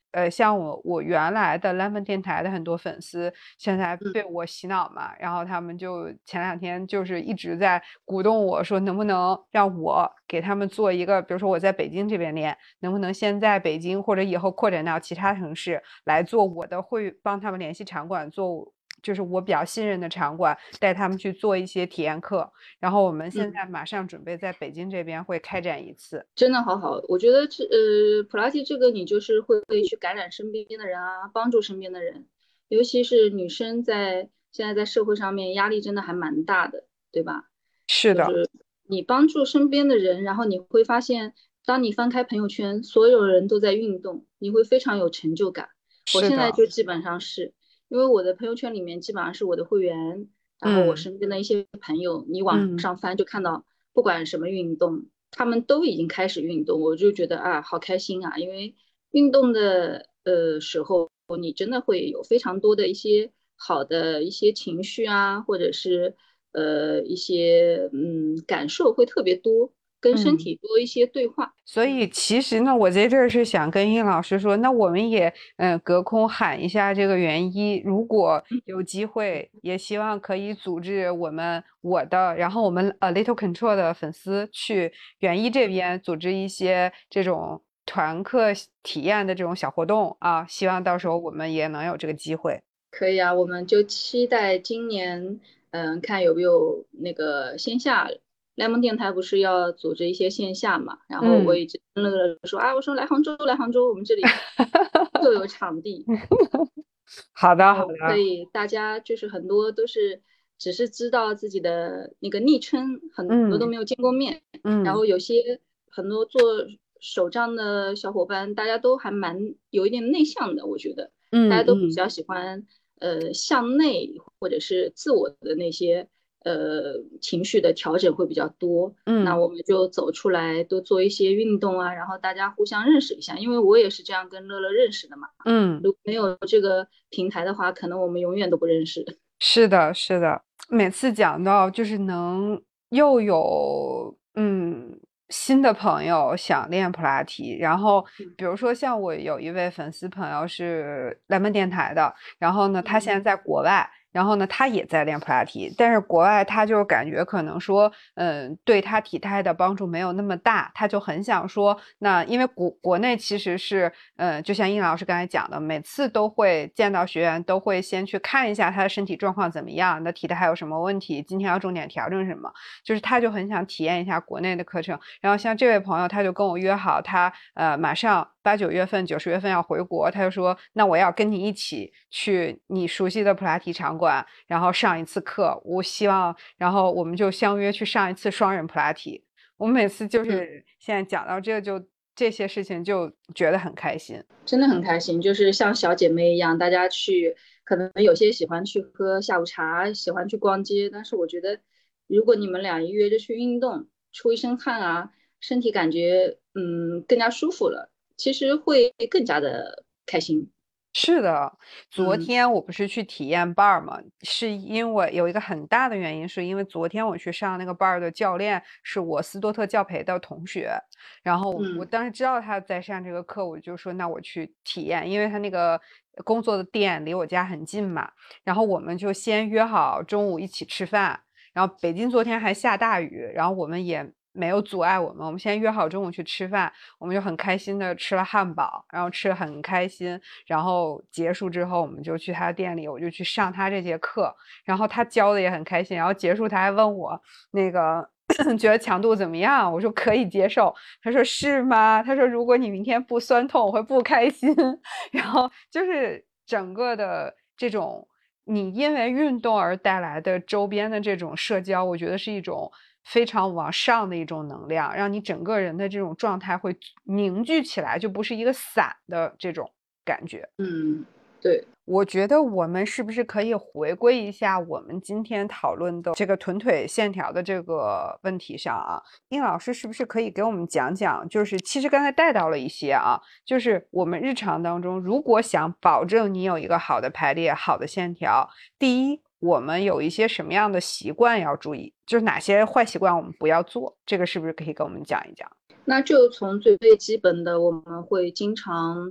像我原来的 Lemon 电台的很多粉丝，现在被我洗脑嘛，然后他们就前2天就是一直在鼓动我说，能不能让我给他们做一个，比如说我在北京这边练，能不能先在北京或者以后扩展到其他城市来做我的会帮他们联系场馆做。就是我比较信任的场馆，带他们去做一些体验课，然后我们现在马上准备在北京这边会开展一次。 真的好好，我觉得普拉提这个你就是会去感染身边的人啊，帮助身边的人，尤其是女生现在在社会上面压力真的还蛮大的，对吧？ 是的， 你帮助身边的人，然后你会发现，当你翻开朋友圈，所有人都在运动，你会非常有成就感。我现在是的， 就基本上是因为我的朋友圈里面基本上是我的会员，然后我嗯身边的一些朋友，你往嗯上翻就看到，不管什么运动，他们都已经开始运动，我就觉得啊，好开心啊！因为运动的时候，你真的会有非常多的一些好的一些情绪啊，或者是一些感受会特别多，跟身嗯。 体多一些对话。 所以其实呢，我在这儿是想跟殷老师说，那我们也隔空喊一下这个元一，如果有机会，也希望可以组织我的，然后我们Little Control 的粉丝去元一这边组织一些这种团课体验的这种小活动啊，希望到时候我们也能有这个机会。 可以啊，我们就期待今年，看有没有那个线下。莱蒙电台不是要组织一些线下嘛？然后我嗯， 一直跟乐乐说啊，我说来杭州，来杭州，我们这里就有场地， 好的，好然后可的， 以大家就是很多都是只是知道自己的那个昵称，很多都嗯没有见过面。然嗯后有些很多做手账的小伙伴，大家都还蛮有一点内向的，我觉得大家都比嗯嗯较喜欢向内或者是自我的那些情绪的调整会比较多。那嗯我们就走出来，多做一些运动啊，然后大家互相认识一下，因为我也是这样跟乐乐认识的嘛。 嗯。 如果没有这个平台的话，可能我们永远都不认识。 是的，是的，每次讲到就是能又有新的朋友想练普拉提，然后比如说像我有一位粉丝朋友是来门电台的，然后呢，他现在在国外。然后呢，他也在练普拉提，但是国外他就感觉可能说，对他体态的帮助没有那么大，他就很想说，那因为国内其实是，就像殷老师刚才讲的，每次都会见到学员，都会先去看一下他的身体状况怎么样，那体态还有什么问题，今天要重点调整什么，就是他就很想体验一下国内的课程。然后像这位朋友，他就跟我约好，他马上8、9月份、9、10月份要回国，他就说，那我要跟你一起去你熟悉的普拉提场馆，然后上一次课。我希望，然后我们就相约去上一次双人普拉提。我每次就嗯， 是现在讲到这就这些事情就觉得很开心。 真的很开心，就是像小姐妹一样，大家去，可能有些喜欢去喝下午茶，喜欢去逛街，但是我觉得，如果你们俩一约着去运动，出一身汗啊，身体感觉更加舒服了，其实会更加的开心。 是的，昨嗯天我不是去体验 bar 嘛，是因为有一个很大的原因，是因为昨天我去上那个 bar 的教练是我斯多特教培的同学，然后我嗯当时知道他在上这个课，我就说那我去体验，因为他那个工作的店离我家很近嘛，然后我们就先约好中午一起吃饭，然后北京昨天还下大雨，然后我们也没有阻碍我们先约好中午去吃饭，我们就很开心的吃了汉堡，然后吃的很开心。然后结束之后，我们就去他店里，我就去上他这节课，然后他教的也很开心。然后结束，他还问我那个觉得强度怎么样？我说可以接受。他说是吗？他说如果你明天不酸痛，我会不开心。然后就是整个的这种你因为运动而带来的周边的这种社交，我觉得是一种非常往上的一种能量，让你整个人的这种状态会凝聚起来，就不是一个散的这种感觉。 嗯，对。 我觉得我们是不是可以回归一下我们今天讨论的这个臀腿线条的这个问题上啊？殷老师是不是可以给我们讲讲？就是其实刚才带到了一些啊，就是我们日常当中，如果想保证你有一个好的排列、好的线条，第一，我们有一些什么样的习惯要注意？就是哪些坏习惯我们不要做？这个是不是可以跟我们讲一讲？ 那就从最最基本的，我们会经常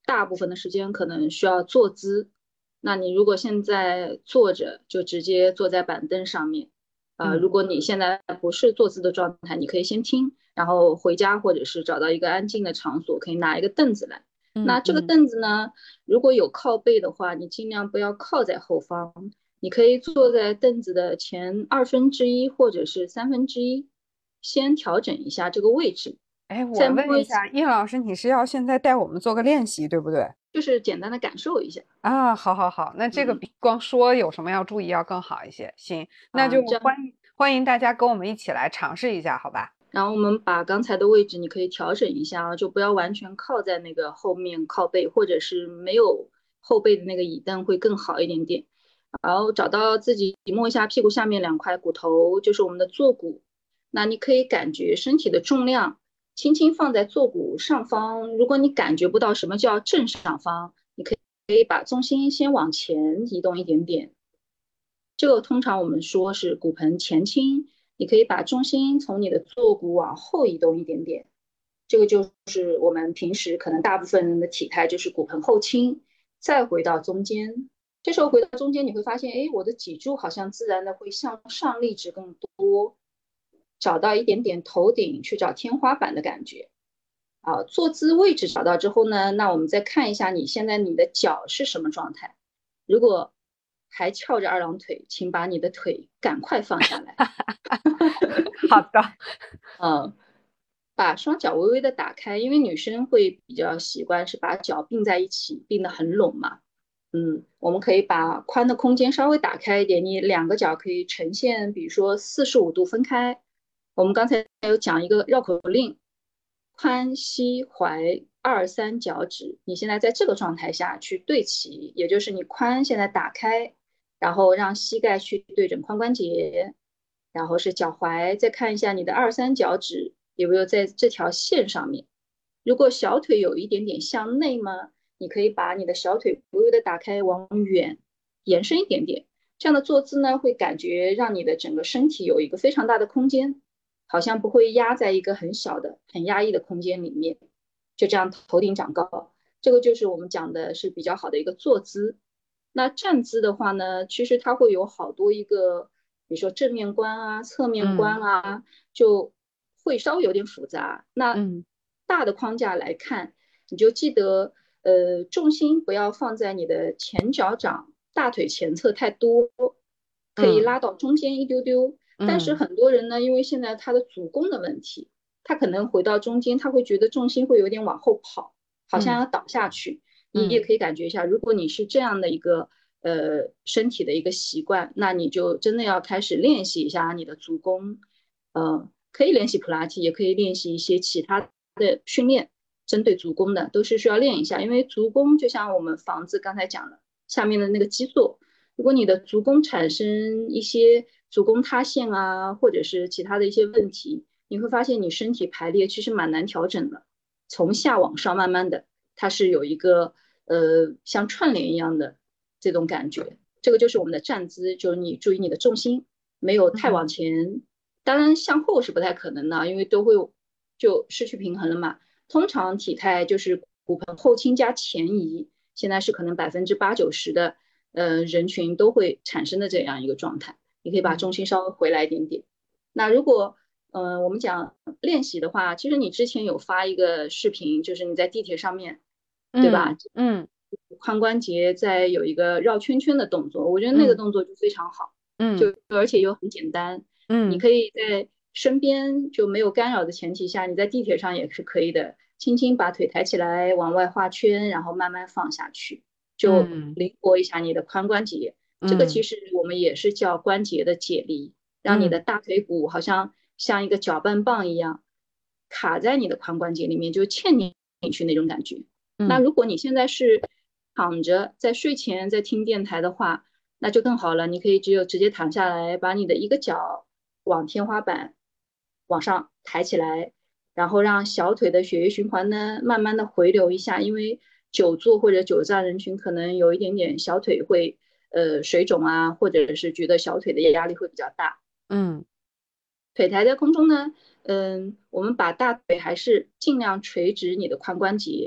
大部分的时间可能需要坐姿。那你如果现在坐着，就直接坐在板凳上面。 嗯如果你现在不是坐姿的状态，你可以先听，然后回家或者是找到一个安静的场所，可以拿一个凳子来。那这个嗯嗯。 凳子呢，如果有靠背的话，你尽量不要靠在后方，你可以坐在凳子的前1/2或者是1/3，先调整一下这个位置。 哎，我再摸一下， 问一下，应老师，你是要现在带我们做个练习，对不对？ 就是简单的感受一下。 啊，好好好，那这个嗯比光说有什么要注意要更好一些。行，那就这样， 欢迎大家跟我们一起来尝试一下，好吧？ 然后我们把刚才的位置你可以调整一下啊，就不要完全靠在那个后面靠背，或者是没有后背的那个椅凳会更好一点点。然后找到自己摸一下屁股下面2块骨头，就是我们的坐骨。那你可以感觉身体的重量轻轻放在坐骨上方。如果你感觉不到什么叫正上方，可以把重心先往前移动一点点。这个通常我们说是骨盆前倾，你可以把重心从你的坐骨往后移动一点点。这个就是我们平时可能大部分人的体态，就是骨盆后倾，再回到中间。这时候回到中间，你会发现，哎，我的脊柱好像自然的会向上立直更多，找到一点点头顶去找天花板的感觉。坐姿位置找到之后呢，那我们再看一下你现在你的脚是什么状态。如果还翘着二郎腿，请把你的腿赶快放下来。 好的。 嗯，把双脚微微的打开，因为女生会比较习惯是把脚并在一起，并得很拢嘛。我们可以把髋的空间稍微打开一点，你2个脚可以呈现，比如说45度分开。我们刚才有讲一个绕口令：髋、膝、踝、2、3脚趾。你现在在这个状态下去对齐，也就是你髋现在打开，然后让膝盖去对准髋关节，然后是脚踝，再看一下你的2、3脚趾有没有在这条线上面。如果小腿有一点点向内吗？你可以把你的小腿微微的打开，往远延伸一点点。这样的坐姿呢，会感觉让你的整个身体有一个非常大的空间，好像不会压在一个很小的、很压抑的空间里面。就这样头顶长高，这个就是我们讲的是比较好的一个坐姿。那站姿的话呢，其实它会有好多一个，比如说正面观啊、侧面嗯观啊，就会稍微有点复杂。那嗯大的框架来看，你就记得，重心不要放在你的前脚掌、大腿前侧太多，可以嗯拉到中间一丢丢。但是嗯很多人呢，因为现在他的足弓的问题，他可能回到中间，他会觉得重心会有点往后跑，好像嗯要倒下去。你也嗯可以感觉一下，如果你是这样的一个身体的一个习惯，那你就真的要开始练习一下你的足弓。可以练习普拉提，也可以练习一些其他的训练，针对足弓的都是需要练一下，因为足弓就像我们房子刚才讲了，下面的那个基座，如果你的足弓产生一些足弓塌陷啊，或者是其他的一些问题，你会发现你身体排列其实蛮难调整的，从下往上慢慢的，它是有一个像串联一样的这种感觉。这个就是我们的站姿，就是你注意你的重心没有太往嗯前，当然向后是不太可能的，因为都会就失去平衡了嘛。通常体态就是骨盆后倾加前移，现在是可能80%-90%的人群都会产生的这样一个状态。你可以把嗯重心稍微回来一点点。那如果我们讲练习的话，其实你之前有发一个视频，就是你在地铁上面，对吧？ 嗯嗯髋关节在有一个绕圈圈的动作，我觉得那个嗯动作就非常好， 嗯就而且又很简单。你嗯可以在身边就没有干扰的前提下，你在地铁上也是可以的，轻轻把腿抬起来，往外画圈，然后慢慢放下去，就嗯灵活一下你的髋关节。这个其嗯实我们也是叫关节的解离，让你的嗯大腿骨好像像一个搅拌棒一样卡在你的髋关节里面，就嵌进去那种感觉。那嗯如果你现在是躺着在睡前在听电台的话，那就更好了。你可以只有直接躺下来，把你的一个脚往天花板往上抬起来，然后让小腿的血液循环呢慢慢的回流一下。因为久坐或者久站人群可能有一点点小腿会水肿啊，或者是觉得小腿的压力会比较大。 嗯腿抬在空中呢，我们把大腿还是尽量垂直你的髋关节，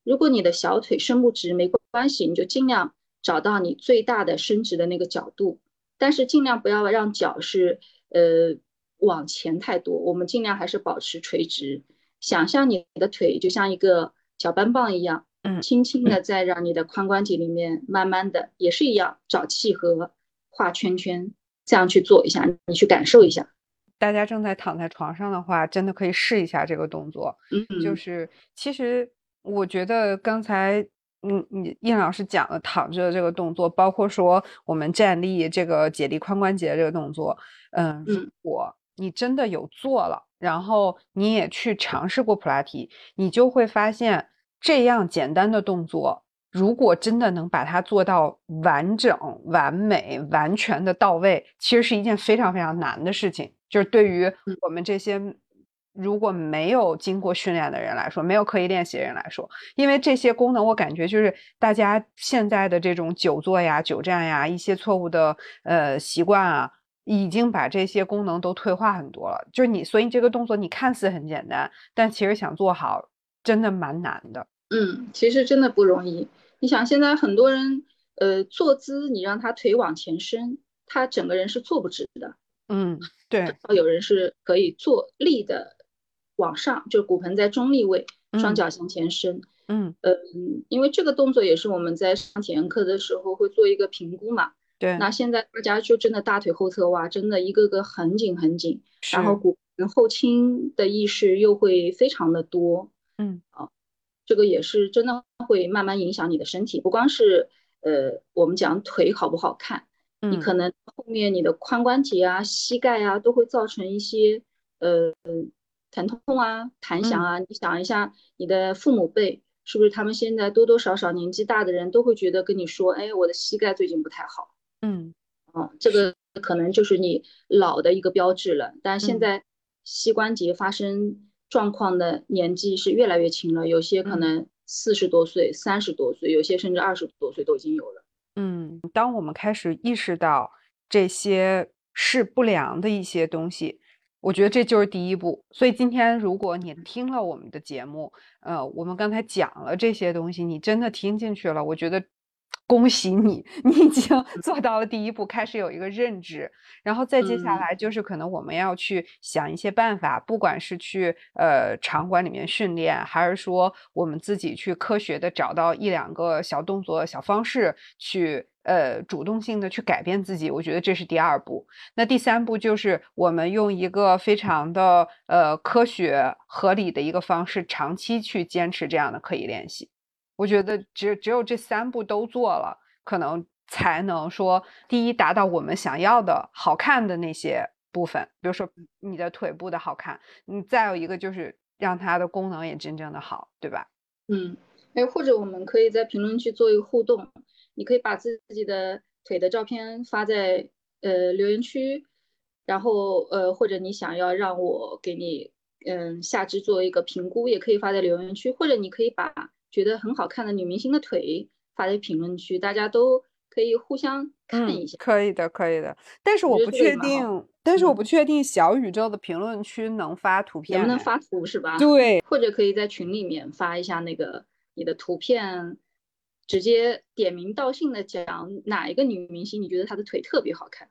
如果你的小腿伸不直没关系，你就尽量找到你最大的伸直的那个角度，但是尽量不要让脚是往前太多，我们尽量还是保持垂直。想象你的腿就像一个搅拌棒一样， 嗯。 轻轻的在让你的髋关节里面慢慢的也是一样找气和画圈圈，这样去做一下，你去感受一下。 大家正在躺在床上的话，真的可以试一下这个动作。就嗯是其实我觉得刚才你叶老师讲的躺着这个动作，包括说我们站立这个解离髋关节这个动作，如嗯果你真的有做了，然后你也去尝试过普拉提，你就会发现这样简单的动作。如果真的能把它做到完整、完美、完全的到位，其实是一件非常非常难的事情。就是对于嗯我们这些如果没有经过训练的人来说，没有刻意练习的人来说，因为这些功能，我感觉就是大家现在的这种久坐呀、久站呀，一些错误的习惯啊，已经把这些功能都退化很多了。就是你，所以这个动作你看似很简单，但其实想做好，真的蛮难的。 嗯，其实真的不容易。你想，现在很多人，坐姿你让他腿往前伸，他整个人是坐不直的。 嗯，对。 有人是可以坐立的往上，就骨盆在中立位，双嗯脚向前伸。 嗯， 因为这个动作也是我们在上体验课的时候会做一个评估嘛。 对， 那现在大家就真的大腿后侧哇，真的一个个很紧很紧，然后是。 骨盆后倾的意识又会非常的多。 嗯这个也是真的会慢慢影响你的身体，不光是我们讲腿好不好看，你嗯可能后面你的髋关节啊、膝盖啊都会造成一些疼痛啊、弹响嗯啊。你想一下，你的父母辈是不是他们现在多多少少年纪大的人都会觉得跟你说，哎，我的膝盖最近不太好。 嗯， 这是。 个可能就是你老的一个标志了。但现嗯在膝关节发生状况的年纪是越来越轻了，有些可嗯。 能40多岁、30多岁，有些甚至20多岁都已经有了。 当我们开始意识到这些是不良的一些东西，我觉得这就是第一步。所以今天如果你听了我们的节目，我们刚才讲了这些东西，你真的听进去了，我觉得恭喜你，你已经做到了第一步，开始有一个认知。然后再接下嗯来就是可能我们要去想一些办法，不管是去场馆里面训练，还是说我们自己去科学的找到一两个小动作、小方式去主动性的去改变自己，我觉得这是第二步。那第三步就是我们用一个非常的科学合理的一个方式，长期去坚持这样的刻意练习。我觉得只有这三步都做了，可能才能说，第一达到我们想要的好看的那些部分，比如说你的腿部的好看，再有一个就是让它的功能也真正的好，对吧？ 嗯，哎，或者我们可以在评论区做一个互动，你可以把自己的腿的照片发在留言区，然后或者你想要让我给你下肢做一个评估，也可以发在留言区，或者你可以把觉得很好看的女明星的腿发在评论区，大家都可以互相看一下， 可以的，可以的。但是我不我觉得这个也确定， 蛮好。嗯， 小宇宙的评论区能发图片哎。 能不能发图是吧？ 对。 或者可以在群里面发一下那个你的图片，直接点名道姓的讲哪一个女明星你觉得她的腿特别好看。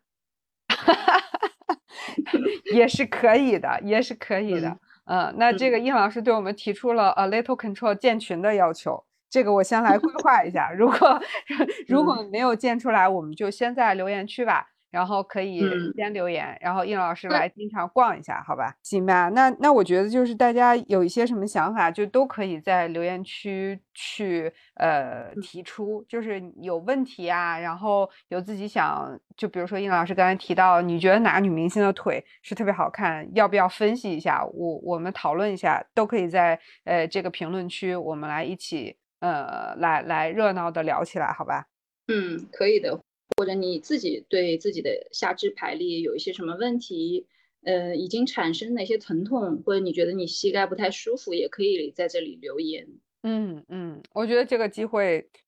也是可以的，也是可以的。 嗯那这个嗯殷老师对我们提出了little control 建群的要求，这个我先来规划一下。如果嗯没有建出来，我们就先在留言区吧，然后可以嗯， 先留言，然后殷老师那来经常逛一下，好吧？行吧，那我觉得就是大家有一些什么想法，就都可以在留言区去提出，就是有问题啊，然后有自己想，就比如说殷老师刚才提到，你觉得哪个女明星的腿是特别好看，要不要分析一下？我们讨论一下，都可以在这个评论区，我们来一起来热闹的聊起来，好吧？ 可以的。或者你自己对自己的下肢排列有一些什么问题，已经产生哪些疼痛，或者你觉得你膝盖不太舒服，也可以在这里留言。 我觉得这个机会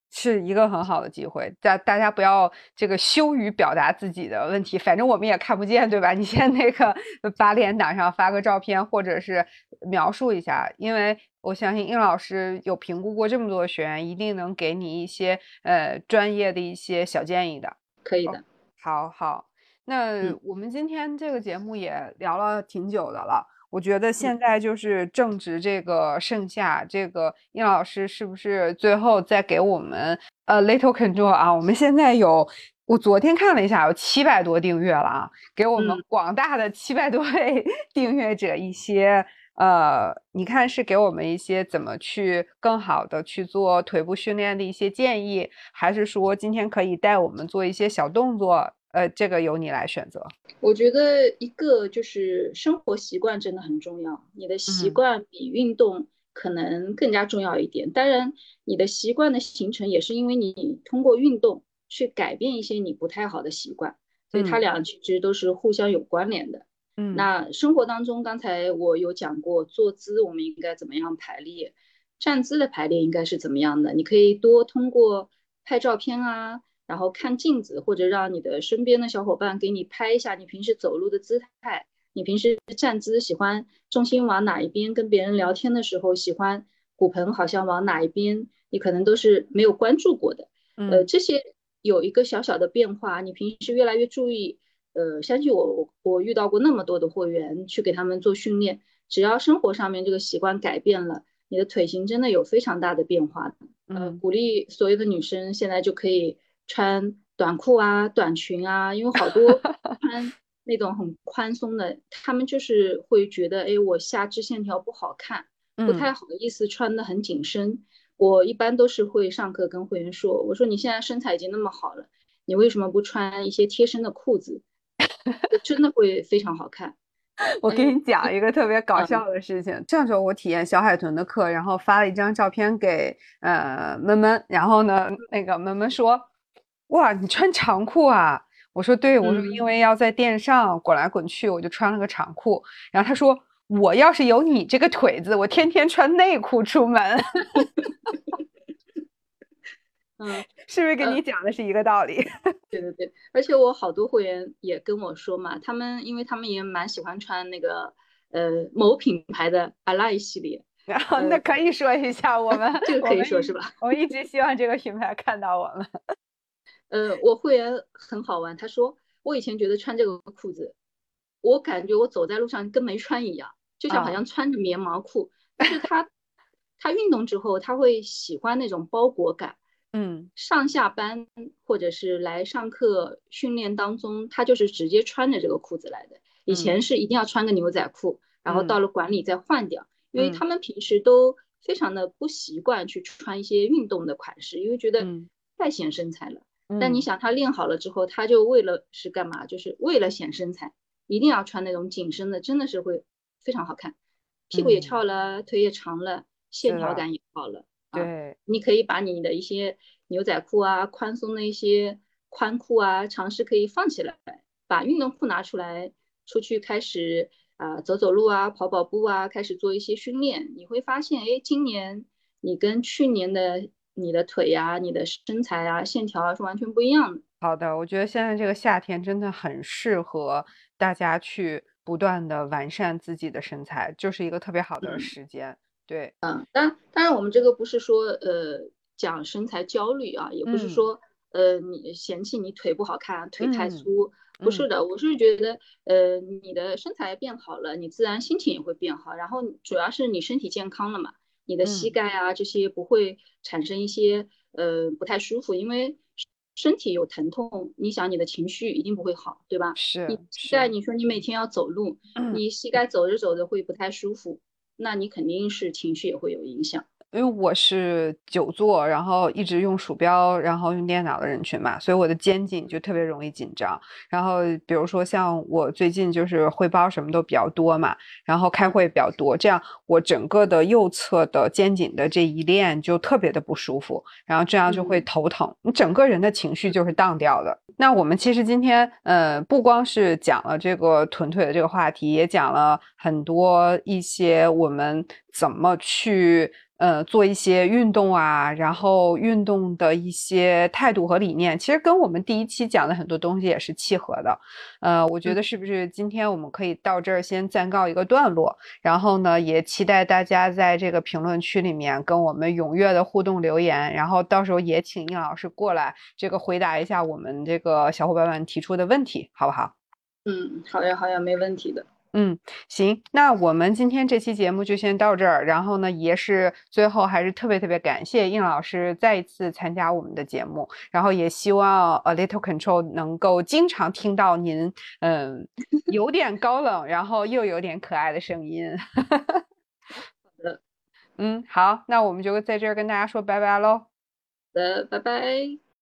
是一个很好的机会，大家不要这个羞于表达自己的问题，反正我们也看不见，对吧？你先那个把脸挡上，发个照片，或者是描述一下，因为我相信应老师有评估过这么多的学员，一定能给你一些专业的一些小建议的。 可以的。 好好，那我们今天这个节目也聊了挺久的了。我觉得现在就是正值这个盛夏，这个应老师是不是最后再给我们little control 啊？我们现在有，我昨天看了一下，有700多订阅了啊，给我们广大的700多位订阅者一些你看是给我们一些怎么去更好的去做腿部训练的一些建议，还是说今天可以带我们做一些小动作？这个由你来选择。 我觉得一个就是生活习惯真的很重要，你的习惯比运动可能更加重要一点。当然，你的习惯的形成也是因为你通过运动去改变一些你不太好的习惯，所以它俩其实都是互相有关联的。那生活当中，刚才我有讲过，坐姿我们应该怎么样排列，站姿的排列应该是怎么样的？你可以多通过拍照片啊。然后看镜子，或者让你的身边的小伙伴给你拍一下你平时走路的姿态，你平时站姿喜欢重心往哪一边，跟别人聊天的时候喜欢骨盆好像往哪一边，你可能都是没有关注过的。这些有一个小小的变化，你平时越来越注意。相信我遇到过那么多的会员去给他们做训练，只要生活上面这个习惯改变了，你的腿型真的有非常大的变化。鼓励所有的女生现在就可以穿短裤啊、短裙啊，因为好多穿那种很宽松的，他们就是会觉得，哎，我下肢线条不好看，不太好意思穿的很紧身。我一般都是会上课跟会员说，我说你现在身材已经那么好了，你为什么不穿一些贴身的裤子？真的会非常好看。 我给你讲一个特别搞笑的事情。上周我体验小海豚的课，然后发了一张照片给闷闷，然后呢，那个闷闷说：“哇，你穿长裤啊？”我说：“对，我说因为要在店上滚来滚去，我就穿了个长裤。”然后他说：“我要是有你这个腿子，我天天穿内裤出门。”是不是跟你讲的是一个道理？ 对对对，而且我好多会员也跟我说嘛，因为他们也蛮喜欢穿那个某品牌的 Align 系列。 然后那可以说一下，我们这个可以说是吧？ 我一直希望这个品牌看到我们。 我会员很好玩，他说我以前觉得穿这个裤子，我感觉我走在路上跟没穿一样，就像好像穿着棉毛裤。但是他运动之后，他会喜欢那种包裹感。上下班或者是来上课训练当中，他就是直接穿着这个裤子来的。以前是一定要穿个牛仔裤，然后到了馆里再换掉，因为他们平时都非常的不习惯去穿一些运动的款式，因为觉得太显身材了。但你想，他练好了之后，他就为了是干嘛？就是为了显身材，一定要穿那种紧身的，真的是会非常好看，屁股也翘了，腿也长了，线条感也好了。 对， 你可以把你的一些牛仔裤啊、宽松的一些宽裤啊，尝试可以放起来，把运动裤拿出来，出去开始走走路啊、跑跑步啊，开始做一些训练。你会发现，哎，今年你跟去年的你的腿呀、你的身材啊、线条啊是完全不一样的。 好的，我觉得现在这个夏天真的很适合大家去不断的完善自己的身材，就是一个特别好的时间。对， 当然我们这个不是说讲身材焦虑啊，也不是说你嫌弃你腿不好看，腿太粗，不是的，我是觉得你的身材变好了，你自然心情也会变好，然后主要是你身体健康了嘛，你的膝盖啊这些不会产生一些不太舒服，因为身体有疼痛，你想你的情绪一定不会好，对吧？你膝盖，你说你每天要走路，你膝盖走着走着会不太舒服。那你肯定是情绪也会有影响。 因为我是久坐，然后一直用鼠标，然后用电脑的人群嘛，所以我的肩颈就特别容易紧张。然后比如说像我最近就是汇报什么都比较多嘛，然后开会比较多，这样我整个的右侧的肩颈的这一链就特别的不舒服，然后这样就会头疼，你整个人的情绪就是荡掉的。那我们其实今天不光是讲了这个臀腿的这个话题，也讲了很多一些我们怎么去做一些运动啊，然后运动的一些态度和理念，其实跟我们第一期讲的很多东西也是契合的。我觉得是不是今天我们可以到这儿先暂告一个段落，然后呢，也期待大家在这个评论区里面跟我们踊跃的互动留言，然后到时候也请应老师过来这个回答一下我们这个小伙伴们提出的问题，好不好？ 好呀，好呀，没问题的。 行，那我们今天这期节目就先到这儿。然后呢，也是最后还是特别特别感谢应老师再一次参加我们的节目，然后也希望A Little Control 能够经常听到您有点高冷，然后又有点可爱的声音。 好的， 好，那我们就在这儿跟大家说拜拜喽。 拜拜。